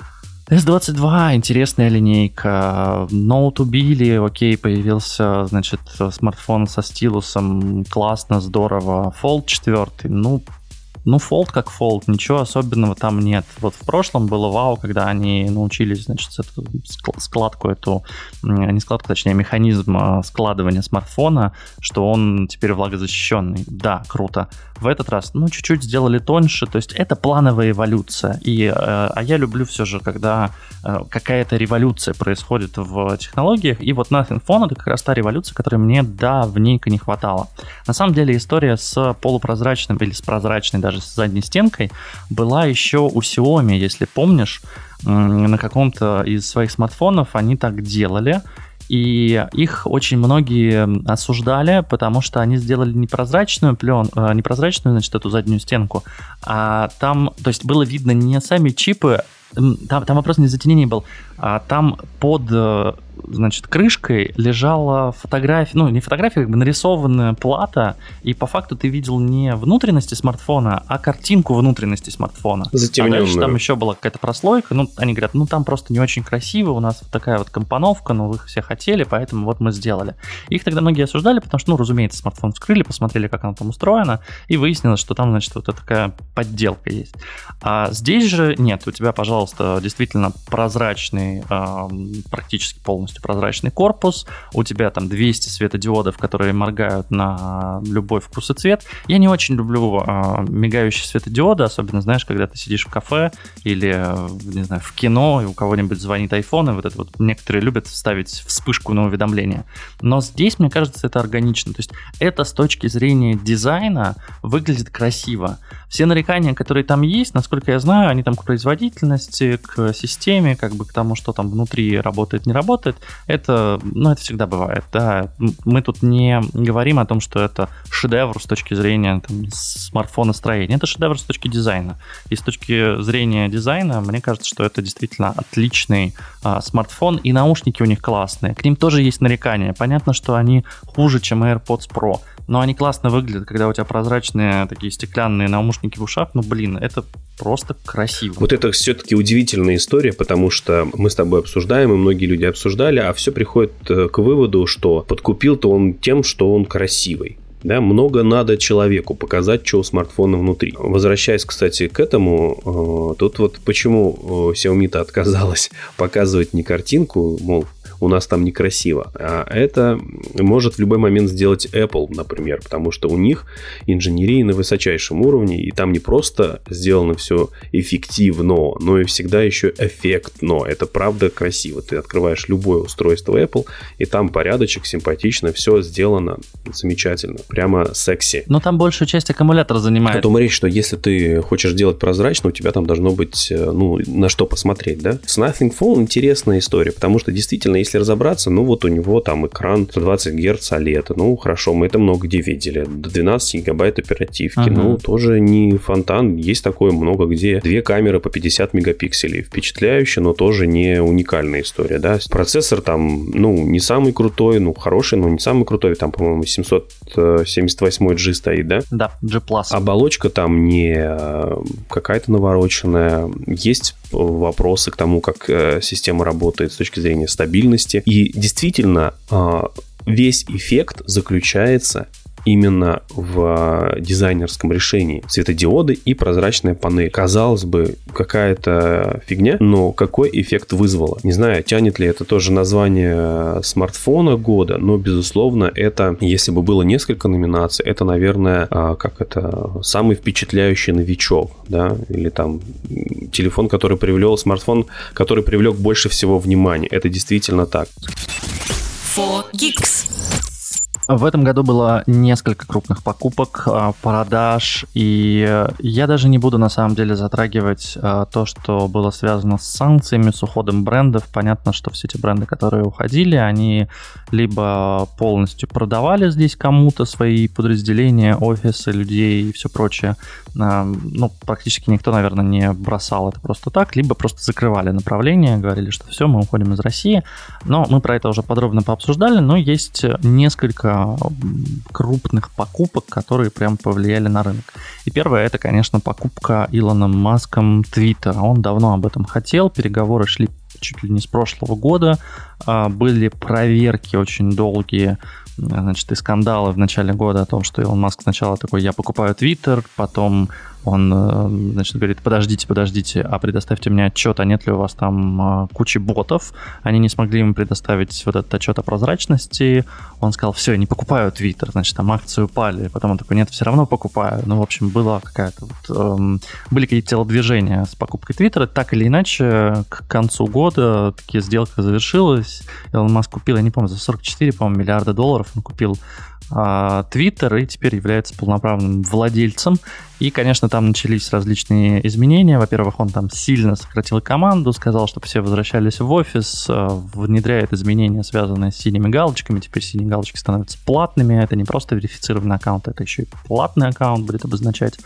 эс двадцать два, интересная линейка, Note убили, окей, появился, значит, смартфон со стилусом, классно, здорово, Fold четыре, ну, ну, Fold как Fold, ничего особенного там нет. Вот в прошлом было вау, когда они научились, значит, эту складку, эту, не складку, точнее, механизм складывания смартфона, что он теперь влагозащищенный. Да, круто. В этот раз, ну, чуть-чуть сделали тоньше, то есть это плановая эволюция. И, э, а я люблю все же, когда э, какая-то революция происходит в технологиях, и вот Nothing Phone — это как раз та революция, которой мне давненько не хватало. На самом деле история с полупрозрачным или с прозрачной даже с задней стенкой была еще у Xiaomi, если помнишь, э, на каком-то из своих смартфонов они так делали. И их очень многие осуждали, потому что они сделали непрозрачную плен, непрозрачную, значит, эту заднюю стенку, а там, то есть было видно не сами чипы, там, там вопрос не затенение был, а там под, значит, крышкой лежала фотография, ну, не фотография, как бы нарисованная плата, и по факту ты видел не внутренности смартфона, а картинку внутренности смартфона. Затемненную. А дальше там еще была какая-то прослойка, ну, они говорят, ну, там просто не очень красиво, у нас вот такая вот компоновка, ну, вы их все хотели, поэтому вот мы сделали. Их тогда многие осуждали, потому что, ну, разумеется, смартфон вскрыли, посмотрели, как оно там устроено, и выяснилось, что там, значит, вот такая подделка есть. А здесь же нет, у тебя, пожалуйста, действительно прозрачный, практически полностью прозрачный корпус, у тебя там двести светодиодов, которые моргают на любой вкус и цвет. Я не очень люблю э, мигающие светодиоды, особенно, знаешь, когда ты сидишь в кафе или, не знаю, в кино, и у кого-нибудь звонит iPhone, и вот это вот некоторые любят вставить вспышку на уведомление. Но здесь, мне кажется, это органично. То есть это с точки зрения дизайна выглядит красиво. Все нарекания, которые там есть, насколько я знаю, они там к производительности, к системе, как бы к тому, что там внутри работает, не работает, это, ну, это всегда бывает, да. Мы тут не говорим о том, что это шедевр с точки зрения там, смартфона-строения, это шедевр с точки дизайна. И с точки зрения дизайна, мне кажется, что это действительно отличный а, смартфон, и наушники у них классные. К ним тоже есть нарекания. Понятно, что они хуже, чем AirPods Pro, но они классно выглядят, когда у тебя прозрачные такие стеклянные наушники в ушах. Ну, блин, это просто красиво. Вот это все-таки удивительная история, потому что мы с тобой обсуждаем, и многие люди обсуждали, а все приходит к выводу, что подкупил-то он тем, что он красивый. Да, много надо человеку показать, что у смартфона внутри. Возвращаясь, кстати, к этому, тут вот почему Xiaomi-то отказалась показывать не картинку, мол, у нас там некрасиво. А это может в любой момент сделать Apple, например, потому что у них инженерия на высочайшем уровне, и там не просто сделано все эффективно, но и всегда еще эффектно. Это правда красиво. Ты открываешь любое устройство Apple, и там порядочек, симпатично, все сделано замечательно, прямо секси. Но там большую часть аккумулятора занимает. О том речь, что если ты хочешь делать прозрачно, у тебя там должно быть, ну, на что посмотреть, да? С Nothing Phone интересная история, потому что действительно, если разобраться, ну вот у него там экран сто двадцать герц о лед. Ну хорошо, мы это много где видели. До двенадцать гигабайт оперативки. Ага. Ну тоже не фонтан. Есть такое много где. Две камеры по пятьдесят мегапикселей. Впечатляюще, но тоже не уникальная история. Да? Процессор там, ну, не самый крутой, ну, хороший, но не самый крутой. Там, по-моему, семьсот семьдесят восемь джи стоит, да? Да, G+. Оболочка там не какая-то навороченная. Есть вопросы к тому, как система работает с точки зрения стабильности. И действительно, весь эффект заключается именно в дизайнерском решении. Светодиоды и прозрачная панель. Казалось бы, какая-то фигня, но какой эффект вызвало? Не знаю, тянет ли это тоже название смартфона года, но, безусловно, это, если бы было несколько номинаций, это, наверное, как это, самый впечатляющий новичок, да, или там телефон, который привлек, смартфон, который привлек больше всего внимания. Это действительно так. фор Geeks. В этом году было несколько крупных покупок, продаж, и я даже не буду на самом деле затрагивать то, что было связано с санкциями, с уходом брендов. Понятно, что все эти бренды, которые уходили, они либо полностью продавали здесь кому-то свои подразделения, офисы, людей и все прочее. Ну, практически никто, наверное, не бросал это просто так, либо просто закрывали направление, говорили, что все, мы уходим из России. Но мы про это уже подробно пообсуждали, но есть несколько крупных покупок, которые прям повлияли на рынок. И первое, это, конечно, покупка Илоном Маском Твиттера. Он давно об этом хотел, переговоры шли чуть ли не с прошлого года, были проверки очень долгие, значит, и скандалы в начале года о том, что Илон Маск сначала такой: я покупаю Твиттер, потом он, значит, говорит: подождите, подождите, а предоставьте мне отчет, а нет ли у вас там кучи ботов. Они не смогли ему предоставить вот этот отчет о прозрачности. Он сказал: все, я не покупаю Твиттер, значит, там акции упали. Потом он такой: нет, все равно покупаю. Ну, в общем, была какая-то вот, эм, были какие-то телодвижения с покупкой Твиттера. Так или иначе, к концу года таки сделка завершилась. Илон Маск купил, я не помню, за сорок четыре, по-моему, миллиарда долларов он купил Твиттер и теперь является полноправным владельцем. И, конечно, там начались различные изменения. Во-первых, он там сильно сократил команду, сказал, чтобы все возвращались в офис, внедряет изменения, связанные с синими галочками. Теперь синие галочки становятся платными. Это не просто верифицированный аккаунт, это еще и платный аккаунт будет обозначать.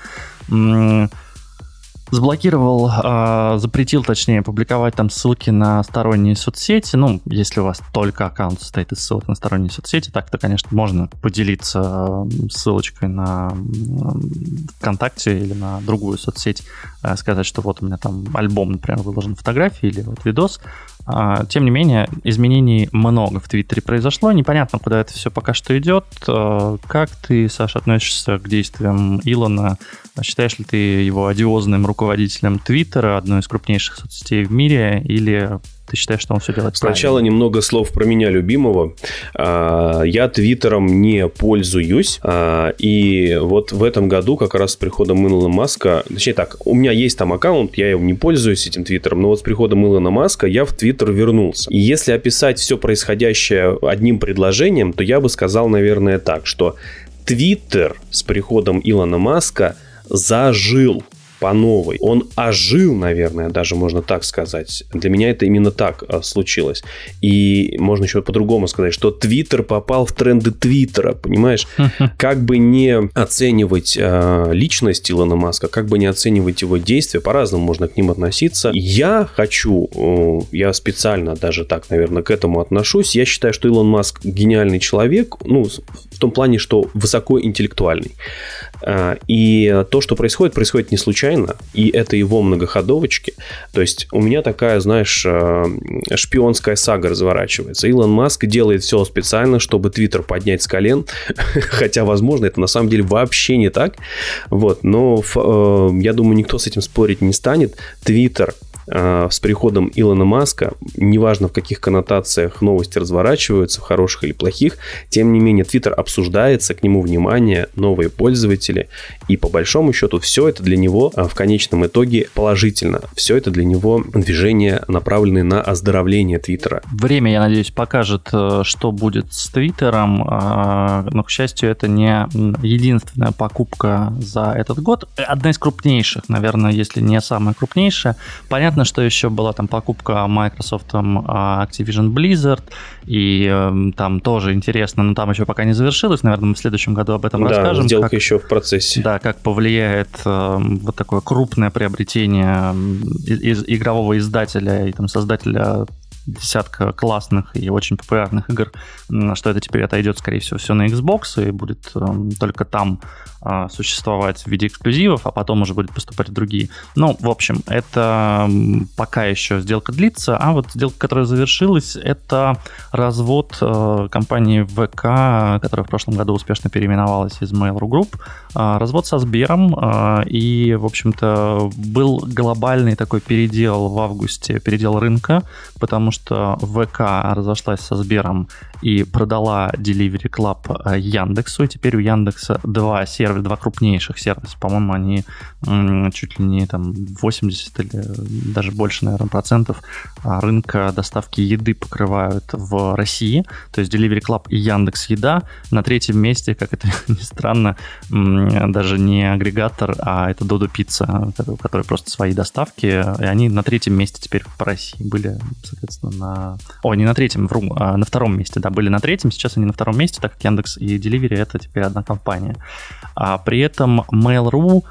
Заблокировал, э, запретил, точнее, публиковать там ссылки на сторонние соцсети. Ну, если у вас только аккаунт состоит из ссылок на сторонние соцсети, так-то, конечно, можно поделиться ссылочкой на ВКонтакте или на другую соцсеть, э, сказать, что вот у меня там альбом, например, выложен фотографии или вот видос. Э, тем не менее, изменений много в Твиттере произошло. Непонятно, куда это все пока что идет. Э, как ты, Саша, относишься к действиям Илона? Считаешь ли ты его одиозным руководителем Твиттера, одной из крупнейших соцсетей в мире, или ты считаешь, что он все делает правильно? Сначала немного слов про меня любимого. Я Твиттером не пользуюсь, и вот в этом году как раз с приходом Илона Маска, точнее так, у меня есть там аккаунт, я им не пользуюсь этим Твиттером, но вот с приходом Илона Маска я в Твиттер вернулся. И если описать все происходящее одним предложением, то я бы сказал, наверное, так, что Твиттер с приходом Илона Маска зажил по новой. Он ожил, наверное, даже можно так сказать. Для меня это именно так а, случилось. И можно еще по-другому сказать, что Твиттер попал в тренды Твиттера, понимаешь? Как бы не оценивать а, личность Илона Маска, как бы не оценивать его действия, по-разному можно к ним относиться. Я хочу, я специально даже так, наверное, к этому отношусь. Я считаю, что Илон Маск гениальный человек, ну, в том плане, что высокоинтеллектуальный. И то, что происходит, происходит не случайно, и это его многоходовочки. То есть у меня такая, знаешь, шпионская сага разворачивается. Илон Маск делает все специально, чтобы Твиттер поднять с колен, хотя, возможно, это на самом деле вообще не так. Вот. Но я думаю, никто с этим спорить не станет. Твиттер с приходом Илона Маска, неважно в каких коннотациях новости разворачиваются, в хороших или плохих, тем не менее Твиттер обсуждается, к нему внимание, новые пользователи, и по большому счету все это для него в конечном итоге положительно. Все это для него движения, направленные на оздоровление Твиттера. Время, я надеюсь, покажет, что будет с Твиттером, но, к счастью, это не единственная покупка за этот год. Одна из крупнейших, наверное, если не самая крупнейшая. Понятно, что еще была там покупка Microsoft Activision Blizzard, и э, там тоже интересно, но там еще пока не завершилось. Наверное, мы в следующем году об этом да, расскажем. Сделка как, еще в процессе. Да, как повлияет э, вот такое крупное приобретение из, игрового издателя и там создателя десятка классных и очень популярных игр, что это теперь отойдет, скорее всего, все на Xbox и будет э, только там э, существовать в виде эксклюзивов, а потом уже будет поступать в другие. Ну, в общем, это пока еще сделка длится, а вот сделка, которая завершилась, это развод э, компании вэ ка, которая в прошлом году успешно переименовалась из Mail.ru Group, э, развод со Сбером, э, и, в общем-то, был глобальный такой передел в августе, передел рынка, потому что вэ ка разошлась со Сбером, и продала Delivery Club Яндексу, и теперь у Яндекса два сервиса, два крупнейших сервиса, по-моему, они м, чуть ли не там восемьдесят или даже больше, наверное, процентов рынка доставки еды покрывают в России, то есть Delivery Club и Яндекс.Еда. На третьем месте, как это ни странно, м, даже не агрегатор, а это Додо Пицца, у которой просто свои доставки, и они на третьем месте теперь по России были, соответственно, на... О, не на третьем, вру, а на втором месте, да, были на третьем, сейчас они на втором месте, так как Яндекс и Delivery — это теперь одна компания. А при этом Mail.ru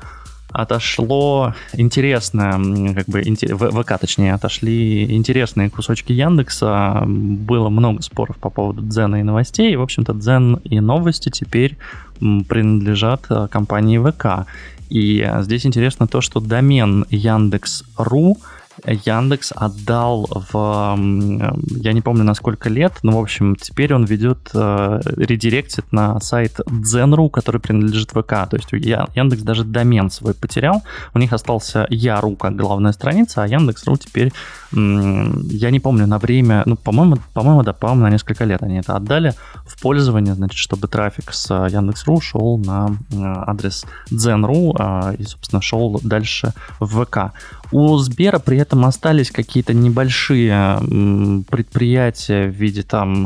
отошло интересное, как бы, ВК, точнее, отошли интересные кусочки Яндекса, было много споров по поводу Дзена и новостей, и, в общем-то, Дзен и новости теперь принадлежат компании ВК. И здесь интересно то, что домен Яндекс.ру Яндекс отдал в, я не помню на сколько лет, но, в общем, теперь он ведет, редиректит на сайт Дзен.ру, который принадлежит ВК. То есть Яндекс даже домен свой потерял. У них остался Я.ру как главная страница, а Яндекс.ру теперь, я не помню, на время, ну, по-моему, по-моему, да, по-моему, на несколько лет они это отдали в пользование, значит, чтобы трафик с Яндекс.ру шел на адрес Дзен.ру и, собственно, шел дальше в ВК. У Сбера при этом остались какие-то небольшие предприятия в виде там,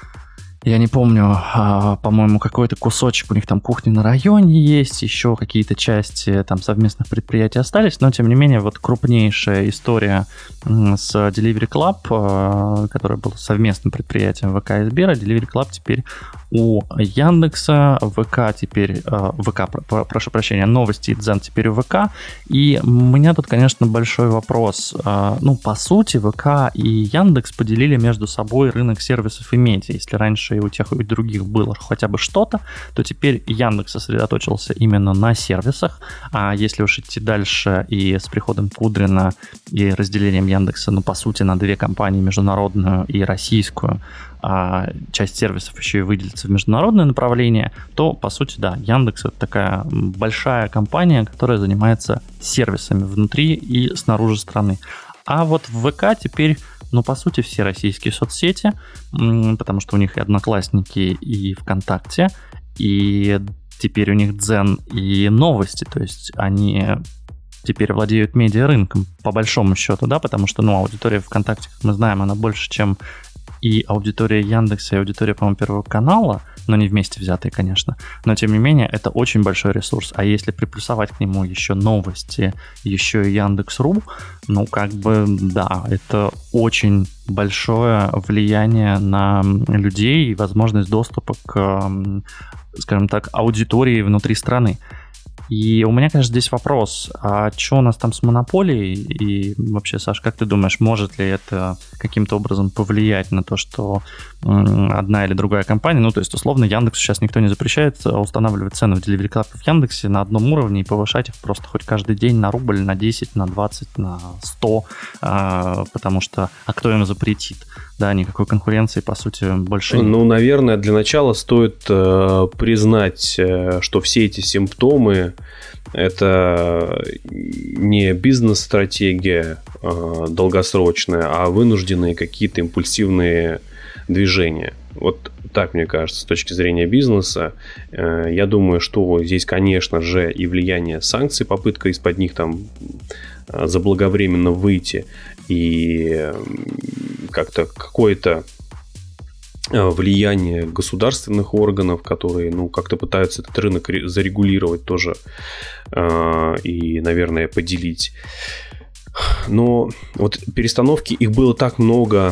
я не помню, по-моему, какой-то кусочек у них там кухни на районе есть, еще какие-то части там совместных предприятий остались, но тем не менее вот крупнейшая история с Delivery Club, которая была совместным предприятием ВК и Сбера, Delivery Club теперь у Яндекса, ВК теперь, ВК, прошу прощения, новости и Дзен теперь у ВК, и у меня тут, конечно, большой вопрос. Ну, по сути, ВК и Яндекс поделили между собой рынок сервисов и медиа. Если раньше и у тех, и у других было хотя бы что-то, то теперь Яндекс сосредоточился именно на сервисах, а если уж идти дальше и с приходом Кудрина и разделением Яндекса, ну, по сути, на две компании, международную и российскую, а часть сервисов еще и выделится в международное направление, то, по сути, да, Яндекс — это такая большая компания, которая занимается сервисами внутри и снаружи страны. А вот в ВК теперь, ну, по сути, все российские соцсети, потому что у них и Одноклассники, и ВКонтакте, и теперь у них Дзен и новости, то есть они теперь владеют медиарынком, по большому счету, да, потому что, ну, аудитория ВКонтакте, как мы знаем, она больше, чем и аудитория Яндекса, и аудитория, по-моему, Первого канала, но не вместе взятые, конечно, но, тем не менее, это очень большой ресурс, а если приплюсовать к нему еще новости, еще и Яндекс.ру, ну, как бы, да, это очень большое влияние на людей и возможность доступа к, скажем так, аудитории внутри страны. И у меня, конечно, здесь вопрос, а что у нас там с монополией? И вообще, Саш, как ты думаешь, может ли это каким-то образом повлиять на то, что одна или другая компания, ну, то есть, условно, Яндексу сейчас никто не запрещает устанавливать цены в Delivery Club в Яндексе на одном уровне и повышать их просто хоть каждый день на рубль, на десять, на двадцать, на сто, потому что, а кто им запретит? Да, никакой конкуренции, по сути, больше нет. Ну, наверное, для начала стоит э, признать, э, что все эти симптомы – это не бизнес-стратегия э, долгосрочная, а вынужденные какие-то импульсивные движения. Вот так, мне кажется, с точки зрения бизнеса. Э, я думаю, что здесь, конечно же, и влияние санкций, попытка из-под них там заблаговременно выйти, и как-то какое-то влияние государственных органов, которые, ну, как-то пытаются этот рынок зарегулировать тоже и, наверное, поделить. Но вот перестановки, их было так много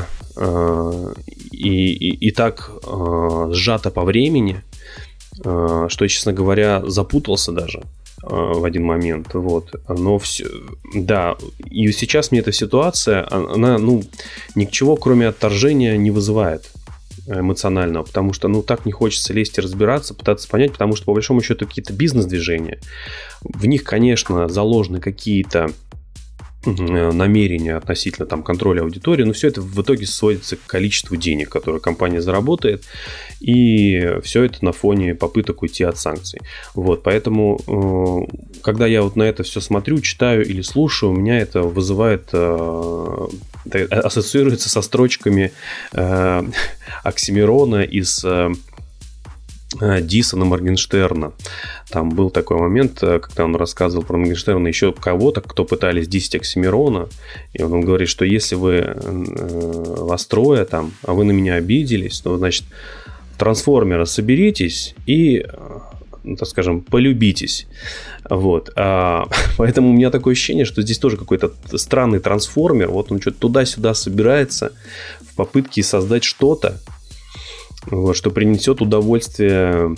и, и, и так сжато по времени, что я, честно говоря, запутался даже в один момент, вот, но все, да, и сейчас мне эта ситуация, она, ну, ничего, кроме отторжения, не вызывает эмоционального, потому что, ну, так не хочется лезть и разбираться, пытаться понять, потому что, по большому счету, какие-то бизнес-движения, в них, конечно, заложены какие-то намерения относительно там, контроля аудитории, но все это в итоге сводится к количеству денег, которые компания заработает, и все это на фоне попыток уйти от санкций. Вот, поэтому, когда я вот на это все смотрю, читаю или слушаю, у меня это вызывает, это ассоциируется со строчками Оксимирона из Диса на Моргенштерна. Там был такой момент, когда он рассказывал про Моргенштерна, еще кого-то, кто пытались дисить Оксимирона, и он, он говорит, что если вы э, вас трое там, а вы на меня обиделись, то, значит, трансформеры соберитесь и, ну, так скажем, полюбитесь. Вот. А, поэтому у меня такое ощущение, что здесь тоже какой-то странный трансформер, вот он что-то туда-сюда собирается в попытке создать что-то, вот, что принесет удовольствие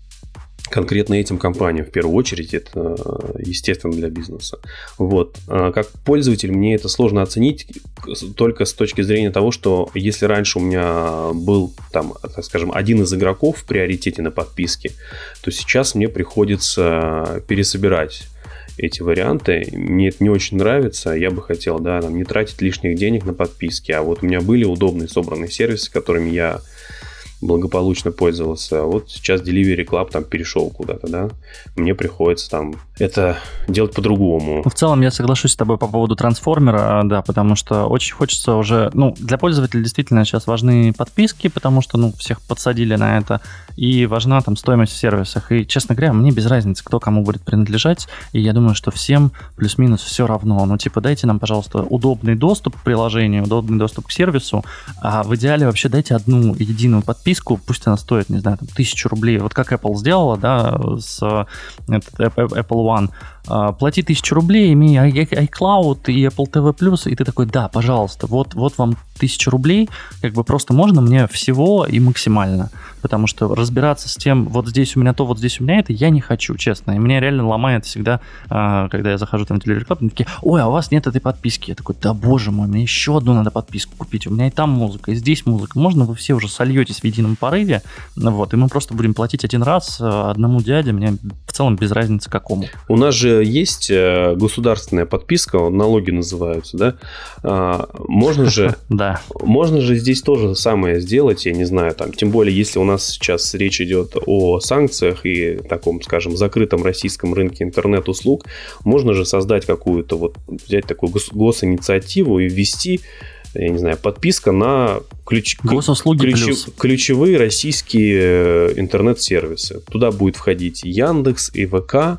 конкретно этим компаниям в первую очередь. Это естественно для бизнеса. Вот. Как пользователь мне это сложно оценить только с точки зрения того, что если раньше у меня был там, так скажем, один из игроков в приоритете на подписке, то сейчас мне приходится пересобирать эти варианты. Мне это не очень нравится. Я бы хотел, да, там, не тратить лишних денег на подписки. А вот у меня были удобные собранные сервисы, которыми я благополучно пользовался. Вот сейчас Delivery Club там перешел куда-то, да. Мне приходится там это делать по-другому. В целом я соглашусь с тобой по поводу трансформера, да, потому что очень хочется уже, ну, для пользователей действительно сейчас важны подписки, потому что, ну, всех подсадили на это, и важна там стоимость в сервисах. И, честно говоря, мне без разницы, кто кому будет принадлежать, и я думаю, что всем плюс-минус все равно. Ну, типа, дайте нам, пожалуйста, удобный доступ к приложению, удобный доступ к сервису, а в идеале вообще дайте одну единую подписку, пусть она стоит, не знаю, там, тысячу рублей. Вот как Apple сделала, да, с этот, Apple One. Плати тысячу рублей, имей iCloud и Apple ти ви+, и ты такой, да, пожалуйста, вот, вот вам тысяча рублей, как бы просто можно мне всего и максимально, потому что разбираться с тем, вот здесь у меня то, вот здесь у меня это, я не хочу, честно, и меня реально ломает всегда, когда я захожу там в Delivery Club, они такие, ой, а у вас нет этой подписки, я такой, да боже мой, мне еще одну надо подписку купить, у меня и там музыка, и здесь музыка, можно вы все уже сольетесь в едином порыве, вот, и мы просто будем платить один раз одному дяде, мне в целом без разницы какому. У нас же есть государственная подписка, налоги называются, да? Можно же, да. Можно же здесь тоже самое сделать, я не знаю, там, тем более, если у нас сейчас речь идет о санкциях и таком, скажем, закрытом российском рынке интернет-услуг, можно же создать какую-то, вот, взять такую гос- госинициативу и ввести, я не знаю, подписка на ключ... ключ... ключевые российские интернет-сервисы. Туда будет входить и Яндекс, и ВК,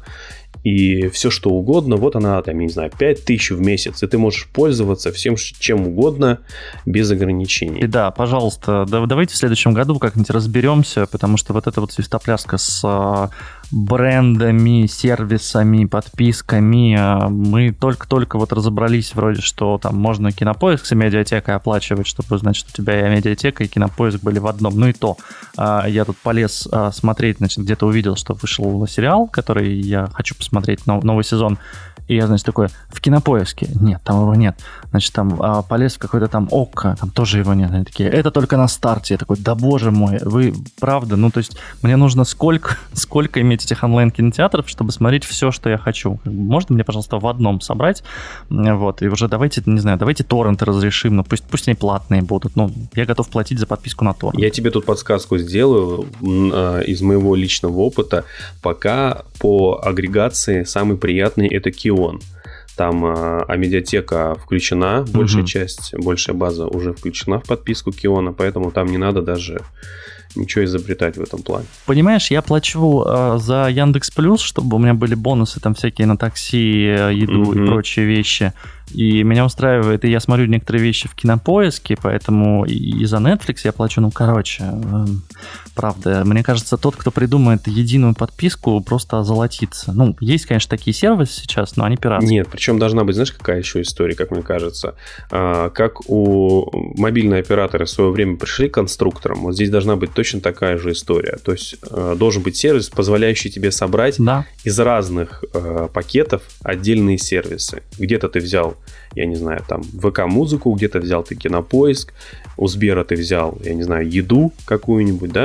и все что угодно. Вот она, там, я не знаю, пять тысяч в месяц, и ты можешь пользоваться всем чем угодно без ограничений. И да, пожалуйста, давайте в следующем году как-нибудь разберемся, потому что вот эта вот свистопляска с брендами, сервисами, подписками, мы только-только вот разобрались вроде, что там можно Кинопоиск с медиатекой оплачивать, чтобы, значит, у тебя и медиатека, и Кинопоиск были в одном. Ну и то, я тут полез смотреть, значит, где-то увидел, что вышел сериал, который я хочу посмотреть, новый сезон. И я, значит, такой, в Кинопоиске? Нет, там его нет. Значит, там а, полез в какой-то там ОККО, там тоже его нет. Они такие, это только на старте. Я такой, да боже мой, вы правда? Ну, то есть, мне нужно сколько, сколько иметь этих онлайн-кинотеатров, чтобы смотреть все, что я хочу. Можно мне, пожалуйста, в одном собрать? Вот, и уже давайте, не знаю, давайте торренты разрешим, но пусть, пусть они платные будут. Ну, я готов платить за подписку на торрент. Я тебе тут подсказку сделаю из моего личного опыта. Пока по агрегации самый приятный это Кион. Там а, а медиатека включена, большая угу. часть, большая база уже включена в подписку Киона, поэтому там не надо даже ничего изобретать в этом плане. Понимаешь, я плачу э, за Яндекс.Плюс, чтобы у меня были бонусы там всякие на такси, еду mm-hmm. и прочие вещи. И меня устраивает, и я смотрю некоторые вещи в Кинопоиске, поэтому и, и за Netflix я плачу, ну, короче, э, правда, мне кажется, тот, кто придумает единую подписку, просто озолотится. Ну, есть, конечно, такие сервисы сейчас, но они пиратские. Нет, причем должна быть, знаешь, какая еще история, как мне кажется, а, как у мобильные операторы в свое время пришли к конструкторам, вот здесь должна быть точно такая же история. То есть э, должен быть сервис, позволяющий тебе собрать да. из разных э, пакетов отдельные сервисы. Где-то ты взял, я не знаю, там ВК-музыку, где-то взял ты Кинопоиск, у Сбера ты взял, я не знаю, еду какую-нибудь, да,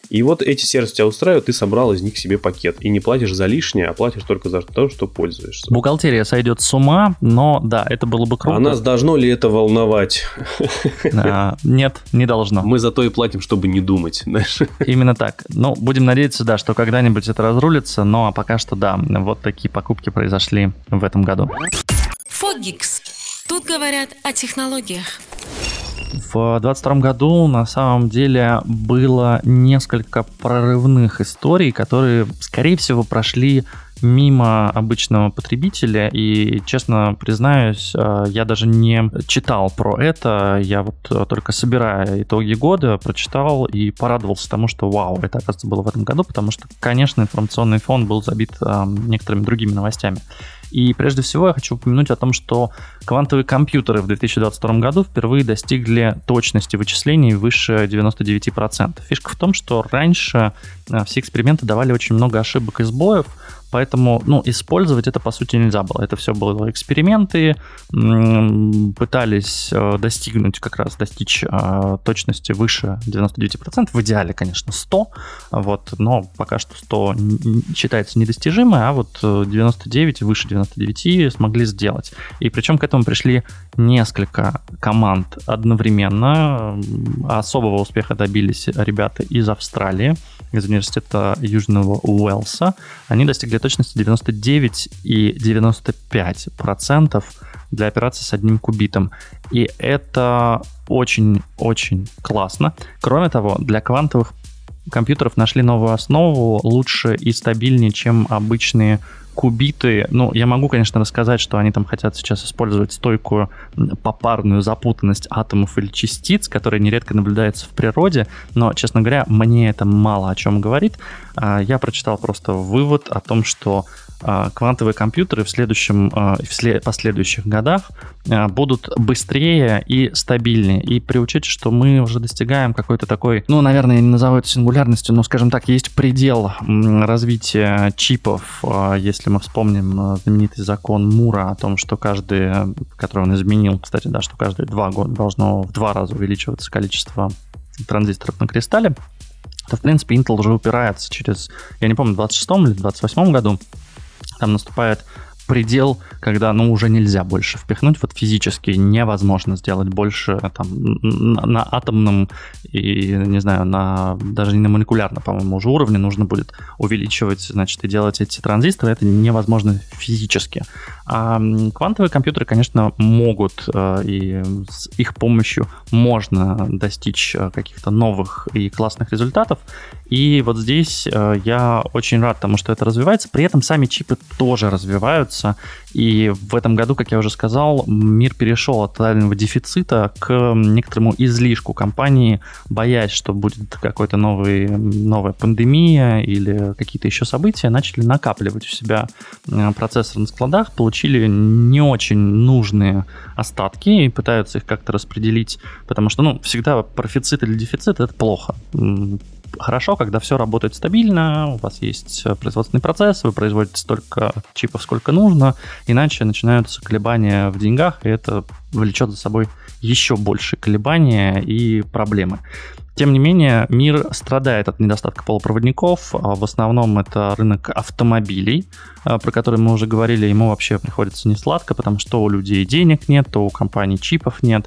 И вот эти сервисы тебя устраивают, ты собрал из них себе пакет. И не платишь за лишнее, а платишь только за то, что пользуешься. Бухгалтерия сойдет с ума, но да, это было бы круто. А нас должно ли это волновать? А, нет, не должно. Мы зато и платим, чтобы не думать. Знаешь? Именно так. Ну, будем надеяться, да, что когда-нибудь это разрулится, но а пока что да, вот такие покупки произошли в этом году. Fogix. Тут говорят о технологиях. В двадцать втором году на самом деле было несколько прорывных историй, которые, скорее всего, прошли мимо обычного потребителя, и, честно признаюсь, я даже не читал про это, я вот только собирая итоги года, прочитал и порадовался тому, что вау, это, оказывается, было в этом году, потому что, конечно, информационный фон был забит некоторыми другими новостями. И прежде всего я хочу упомянуть о том, что квантовые компьютеры в две тысячи двадцать втором году впервые достигли точности вычислений выше девяносто девять процентов. Фишка в том, что раньше все эксперименты давали очень много ошибок и сбоев, поэтому, ну, использовать это, по сути, нельзя было. Это все было эксперименты, пытались достигнуть, как раз достичь точности выше девяносто девять процентов, в идеале, конечно, сто процентов, вот, но пока что сто считается недостижимой, а вот девяносто девять, выше девяносто девять смогли сделать. И причем к этому пришли несколько команд одновременно. Особого успеха добились ребята из Австралии, из университета Южного Уэльса. Они достигли точности девяносто девять и девяносто пять процентов для операций с одним кубитом. И это очень-очень классно. Кроме того, для квантовых компьютеров нашли новую основу, лучше и стабильнее, чем обычные кубиты. Ну, я могу, конечно, рассказать, что они там хотят сейчас использовать стойкую попарную запутанность атомов или частиц, которая нередко наблюдается в природе, но, честно говоря, мне это мало о чем говорит. Я прочитал просто вывод о том, что квантовые компьютеры в следующем, в след, последующих годах будут быстрее и стабильнее. И при учете, что мы уже достигаем какой-то такой, ну, наверное, я не назову это сингулярностью, но, скажем так, есть предел развития чипов. Если мы вспомним знаменитый закон Мура о том, что каждый, который он изменил, кстати, да, что каждые два года должно в два раза увеличиваться количество транзисторов на кристалле, то, в принципе, Intel уже упирается через, я не помню, в двадцать шестом или двадцать восьмом году, там наступает предел, когда, ну, уже нельзя больше впихнуть, вот физически невозможно сделать больше там на, на атомном и, не знаю, на даже не на молекулярном, по-моему, уже уровне нужно будет увеличивать, значит, и делать эти транзисторы, это невозможно физически. А квантовые компьютеры, конечно, могут, и с их помощью можно достичь каких-то новых и классных результатов, и вот здесь я очень рад тому, что это развивается, при этом сами чипы тоже развиваются. И в этом году, как я уже сказал, мир перешел от тотального дефицита к некоторому излишку. Компании, боясь, что будет какая-то новая пандемия или какие-то еще события, начали накапливать у себя процессор на складах, получили не очень нужные остатки и пытаются их как-то распределить, потому что, ну, всегда профицит или дефицит – это плохо. Хорошо, когда все работает стабильно, у вас есть производственный процесс, вы производите столько чипов, сколько нужно, иначе начинаются колебания в деньгах, и это влечет за собой еще больше колебания и проблемы. Тем не менее, мир страдает от недостатка полупроводников. В основном это рынок автомобилей, про который мы уже говорили. Ему вообще приходится несладко, потому что у людей денег нет, то у компаний чипов нет.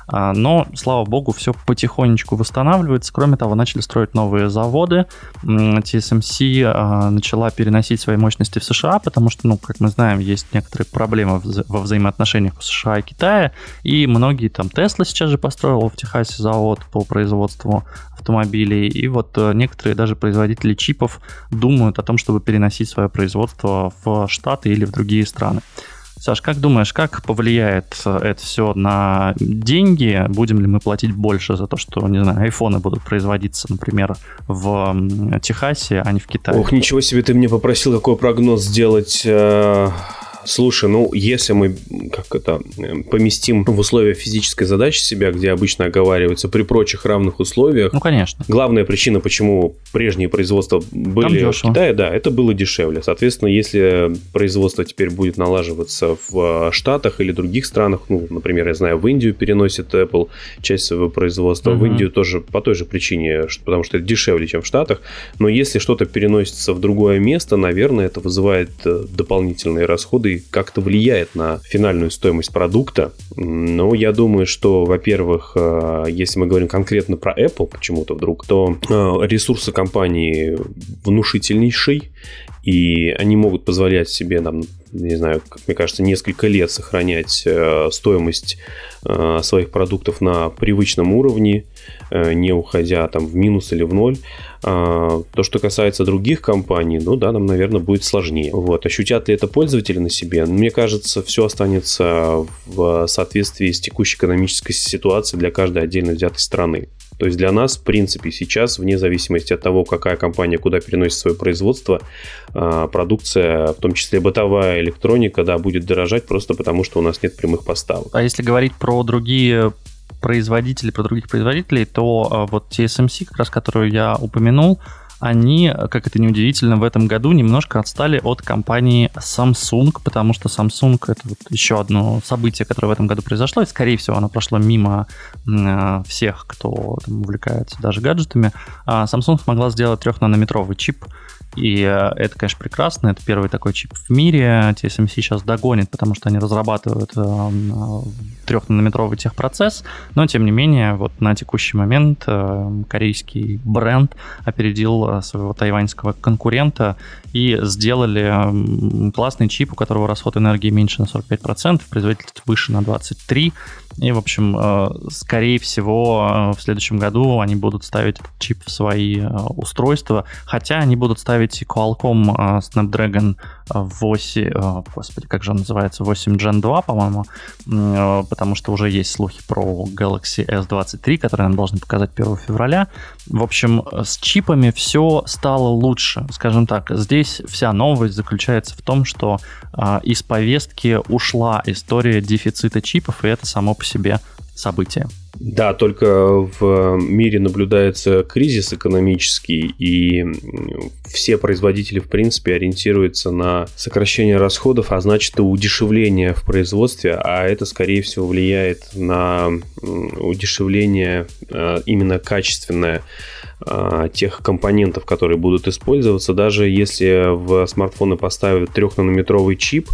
Но, слава богу, все потихонечку восстанавливается. Кроме того, начали строить новые заводы. ти эс эм си начала переносить свои мощности в США, потому что, ну, как мы знаем, есть некоторые проблемы во взаимоотношениях США и Китая. И многие там Tesla сейчас же построил в Техасе завод по производству автомобилей. И вот некоторые даже производители чипов думают о том, чтобы переносить свое производство в Штаты или в другие страны. Саш, как думаешь, как повлияет это все на деньги? Будем ли мы платить больше за то, что, не знаю, айфоны будут производиться, например, в Техасе, а не в Китае? Ох, ничего себе, ты мне попросил какой прогноз сделать э, Слушай, ну, если мы как это поместим в условия физической задачи себя, где обычно оговаривается при прочих равных условиях. Ну, конечно. Главная причина, почему прежние производства были в Китае, да, это было дешевле. Соответственно, если производство теперь будет налаживаться в Штатах или других странах, ну, например, я знаю, в Индию переносит Apple часть своего производства, uh-huh. в Индию тоже по той же причине, потому что это дешевле, чем в Штатах. Но если что-то переносится в другое место, наверное, это вызывает дополнительные расходы и как-то влияет на финальную стоимость продукта. Но я думаю, что, во-первых, если мы говорим конкретно про Apple почему-то вдруг, то ресурсы компании внушительнейший, и они могут позволять себе, там, не знаю, как мне кажется, несколько лет сохранять стоимость своих продуктов на привычном уровне, не уходя там в минус или в ноль. То, что касается других компаний, ну да, нам, наверное, будет сложнее. Вот. Ощутят ли это пользователи на себе? Мне кажется, все останется в соответствии с текущей экономической ситуацией для каждой отдельно взятой страны. То есть для нас, в принципе, сейчас, вне зависимости от того, какая компания куда переносит свое производство, продукция, в том числе бытовая электроника, да, будет дорожать просто потому, что у нас нет прямых поставок. А если говорить про другие производители, про других производителей, то вот ти эс эм си, как раз которую я упомянул, они, как это неудивительно, в этом году немножко отстали от компании Samsung, потому что Samsung — это вот еще одно событие, которое в этом году произошло, и, скорее всего, оно прошло мимо э, всех, кто там увлекается даже гаджетами. А Samsung смогла сделать трехнанометровый чип, и это, конечно, прекрасно. Это первый такой чип в мире. ти эс эм си сейчас догонит, потому что они разрабатывают э, трехнанометровый техпроцесс. Но, тем не менее, вот на текущий момент э, корейский бренд опередил своего тайваньского конкурента и сделали классный чип, у которого расход энергии меньше на сорок пять процентов, производительность выше на двадцать три процента. И, в общем, скорее всего, в следующем году они будут ставить этот чип в свои устройства, хотя они будут ставить Qualcomm Snapdragon восемь, господи, как же он называется, восемь Gen два, по-моему, потому что уже есть слухи про Galaxy эс двадцать три, которые нам должны показать первого февраля. В общем, с чипами все стало лучше, скажем так. Здесь вся новость заключается в том, что из повестки ушла история дефицита чипов, и это само по себе событие. Да, только в мире наблюдается кризис экономический, и все производители, в принципе, ориентируются на сокращение расходов, а значит, и удешевление в производстве, а это, скорее всего, влияет на удешевление именно качественное тех компонентов, которые будут использоваться. Даже если в смартфоны поставят трехнанометровый чип,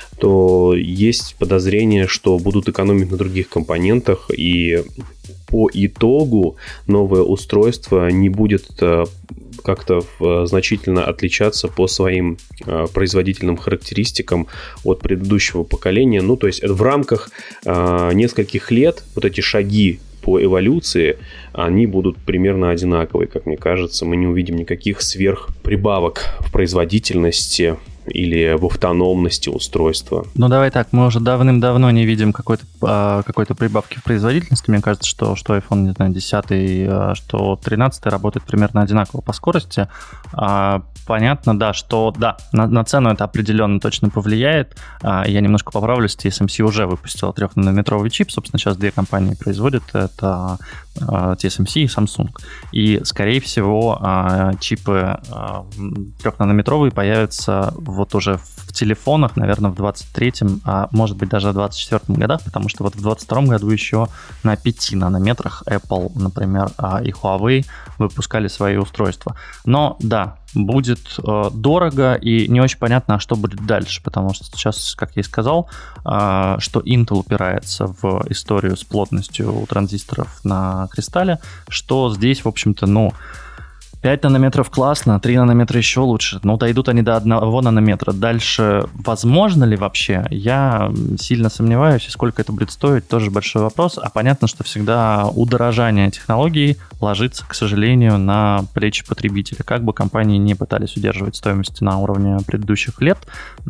то есть подозрение, что будут экономить на других компонентах, и по итогу новое устройство не будет как-то значительно отличаться по своим производительным характеристикам от предыдущего поколения. Ну, то есть в рамках нескольких лет вот эти шаги по эволюции, они будут примерно одинаковые, как мне кажется. Мы не увидим никаких сверхприбавок в производительности или в автономности устройства. Ну, давай так, мы уже давным-давно не видим какой-то, а, какой-то прибавки в производительности. Мне кажется, что, что iPhone, не знаю, десять, что тринадцать работают примерно одинаково по скорости. А, понятно, да, что да, на, на цену это определенно точно повлияет. А, я немножко поправлюсь, ти эс эм си уже выпустила трехнанометровый чип. Собственно, сейчас две компании производят, это а, ти эс эм си и Samsung. И, скорее всего, а, чипы а, трехнанометровые появятся вот уже в телефонах, наверное, в двадцать третьем, а может быть даже в двадцать четвёртом годах, потому что вот в двадцать втором году еще на пяти нанометрах Apple, например, и Huawei выпускали свои устройства. Но да, будет э, дорого и не очень понятно, а что будет дальше, потому что сейчас, как я и сказал, э, что Intel упирается в историю с плотностью транзисторов на кристалле, что здесь, в общем-то, ну, пять нанометров классно, три нанометра еще лучше. Но дойдут они до одного нанометра. Дальше возможно ли вообще? Я сильно сомневаюсь, и сколько это будет стоить, тоже большой вопрос. А понятно, что всегда удорожание технологий ложится, к сожалению, на плечи потребителя. Как бы компании не пытались удерживать стоимость на уровне предыдущих лет,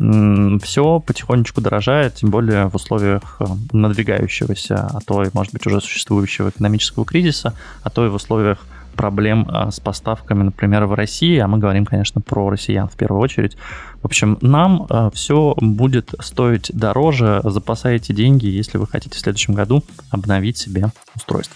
все потихонечку дорожает, тем более в условиях надвигающегося, а то и, может быть, уже существующего экономического кризиса, а то и в условиях проблем с поставками, например, в России, а мы говорим, конечно, про россиян в первую очередь. В общем, нам все будет стоить дороже, запасайте деньги, если вы хотите в следующем году обновить себе устройство.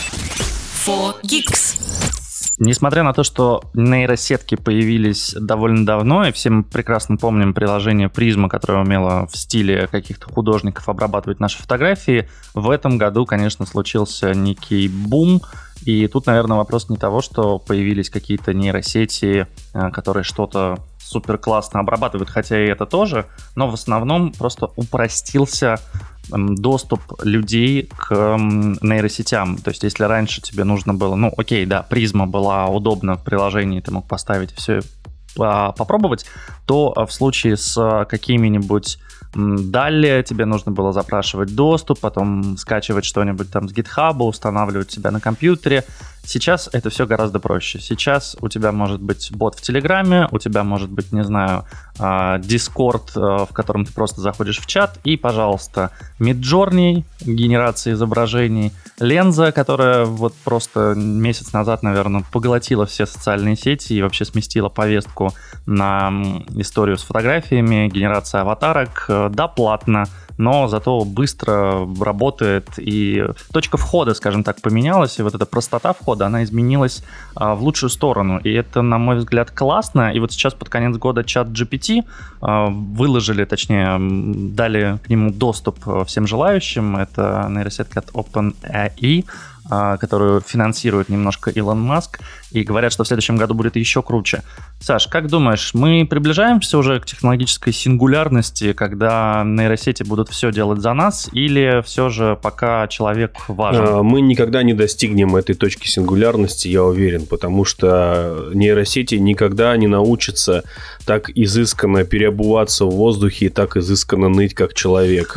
фор гикс. Несмотря на то, что нейросетки появились довольно давно, и все мы прекрасно помним приложение Prisma, которое умело в стиле каких-то художников обрабатывать наши фотографии, в этом году, конечно, случился некий бум. И тут, наверное, вопрос не того, что появились какие-то нейросети, которые что-то супер классно обрабатывают, хотя и это тоже, но в основном просто упростился доступ людей к нейросетям. То есть, если раньше тебе нужно было, ну, окей, да, Prisma была удобна в приложении, ты мог поставить и все попробовать, то в случае с какими-нибудь далее тебе нужно было запрашивать доступ, потом скачивать что-нибудь там с GitHub, устанавливать себя на компьютере. Сейчас это все гораздо проще. Сейчас у тебя может быть бот в Телеграме, у тебя может быть, не знаю, Discord, в котором ты просто заходишь в чат, и, пожалуйста, Midjourney, генерация изображений, Lensa, которая вот просто месяц назад, наверное, поглотила все социальные сети и вообще сместила повестку на историю с фотографиями, генерация аватарок, да, платно, но зато быстро работает, и точка входа, скажем так, поменялась, и вот эта простота входа, она изменилась а, в лучшую сторону, и это, на мой взгляд, классно. И вот сейчас под конец года чат джи пи ти а, выложили, точнее, дали к нему доступ всем желающим, это нейросетка от OpenAI, которую финансирует немножко Илон Маск, и говорят, что в следующем году будет еще круче. Саш, как думаешь, мы приближаемся уже к технологической сингулярности, когда нейросети будут все делать за нас, или все же пока человек важен? Мы никогда не достигнем этой точки сингулярности, я уверен, потому что нейросети никогда не научатся так изысканно переобуваться в воздухе и так изысканно ныть, как человек.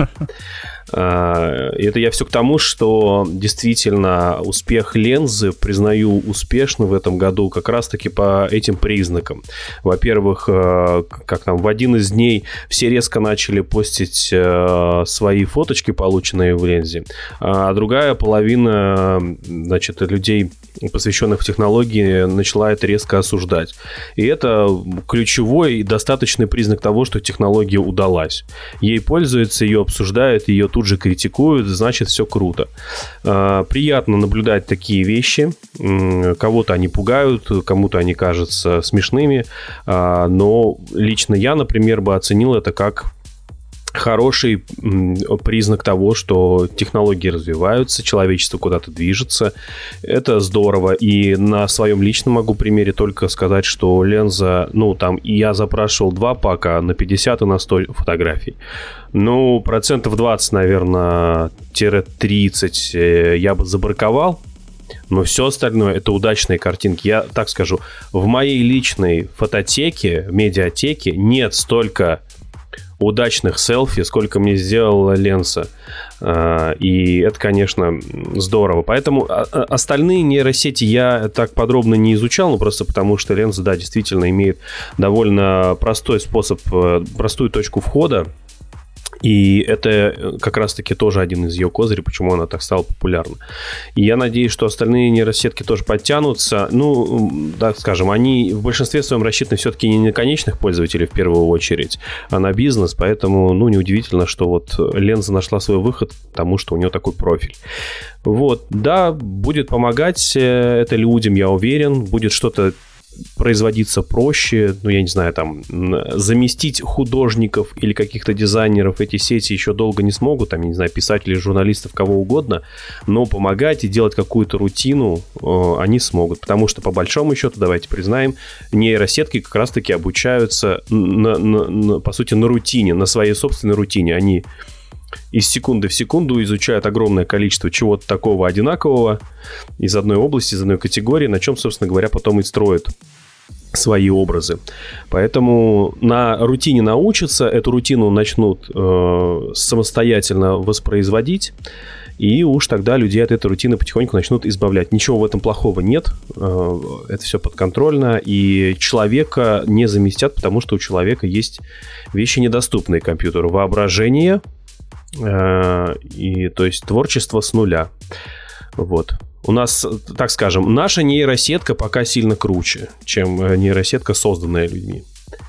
Это я все к тому, что действительно успех Лензы признаю успешным в этом году как раз-таки по этим признакам. Во-первых, как там, в один из дней все резко начали постить свои фоточки, полученные в Лензе, а другая половина, значит, людей, посвященных в технологии, начала это резко осуждать. И это ключевой и достаточный признак того, что технология удалась. Ей пользуются, ее обсуждают, ее тут же критикуют, значит, все круто. Приятно наблюдать такие вещи. Кого-то они пугают, кому-то они кажутся смешными, но лично я, например, бы оценил это как хороший признак того, что технологии развиваются, человечество куда-то движется. Это здорово. И на своем личном могу примере только сказать, что Ленза, ну, там, я запрашивал два пака на пятьдесят и на сто фотографий. Ну, процентов двадцать, наверное, тридцать я бы забраковал. Но все остальное — это удачные картинки. Я так скажу, в моей личной фототеке, медиатеке нет столько удачных селфи, сколько мне сделала Ленса. И это, конечно, здорово. Поэтому остальные нейросети я так подробно не изучал, ну, просто потому что Ленса, да, действительно имеет довольно простой способ, простую точку входа. И это как раз-таки тоже один из ее козырей, почему она так стала популярна. И я надеюсь, что остальные нейросетки тоже подтянутся. Ну, так скажем, они в большинстве своем рассчитаны все-таки не на конечных пользователей в первую очередь, а на бизнес. Поэтому, ну, неудивительно, что вот Ленза нашла свой выход, потому что у нее такой профиль. Вот, да, будет помогать это людям, я уверен. Будет что-то производиться проще, ну, я не знаю, там, заместить художников или каких-то дизайнеров эти сети еще долго не смогут, там, я не знаю, писателей, журналистов, кого угодно, но помогать и делать какую-то рутину э, они смогут, потому что, по большому счету, давайте признаем, нейросетки как раз-таки обучаются, на, на, на, по сути, на рутине, на своей собственной рутине, они из секунды в секунду изучают огромное количество чего-то такого одинакового из одной области, из одной категории, на чем, собственно говоря, потом и строят свои образы. Поэтому на рутине научатся, эту рутину начнут э, самостоятельно воспроизводить, и уж тогда людей от этой рутины потихоньку начнут избавлять. Ничего в этом плохого нет, э, это все подконтрольно, и человека не заместят, потому что у человека есть вещи, недоступные компьютеру. Воображение, и, то есть творчество с нуля. Вот. У нас, так скажем, наша нейросетка пока сильно круче, чем нейросетка, созданная людьми.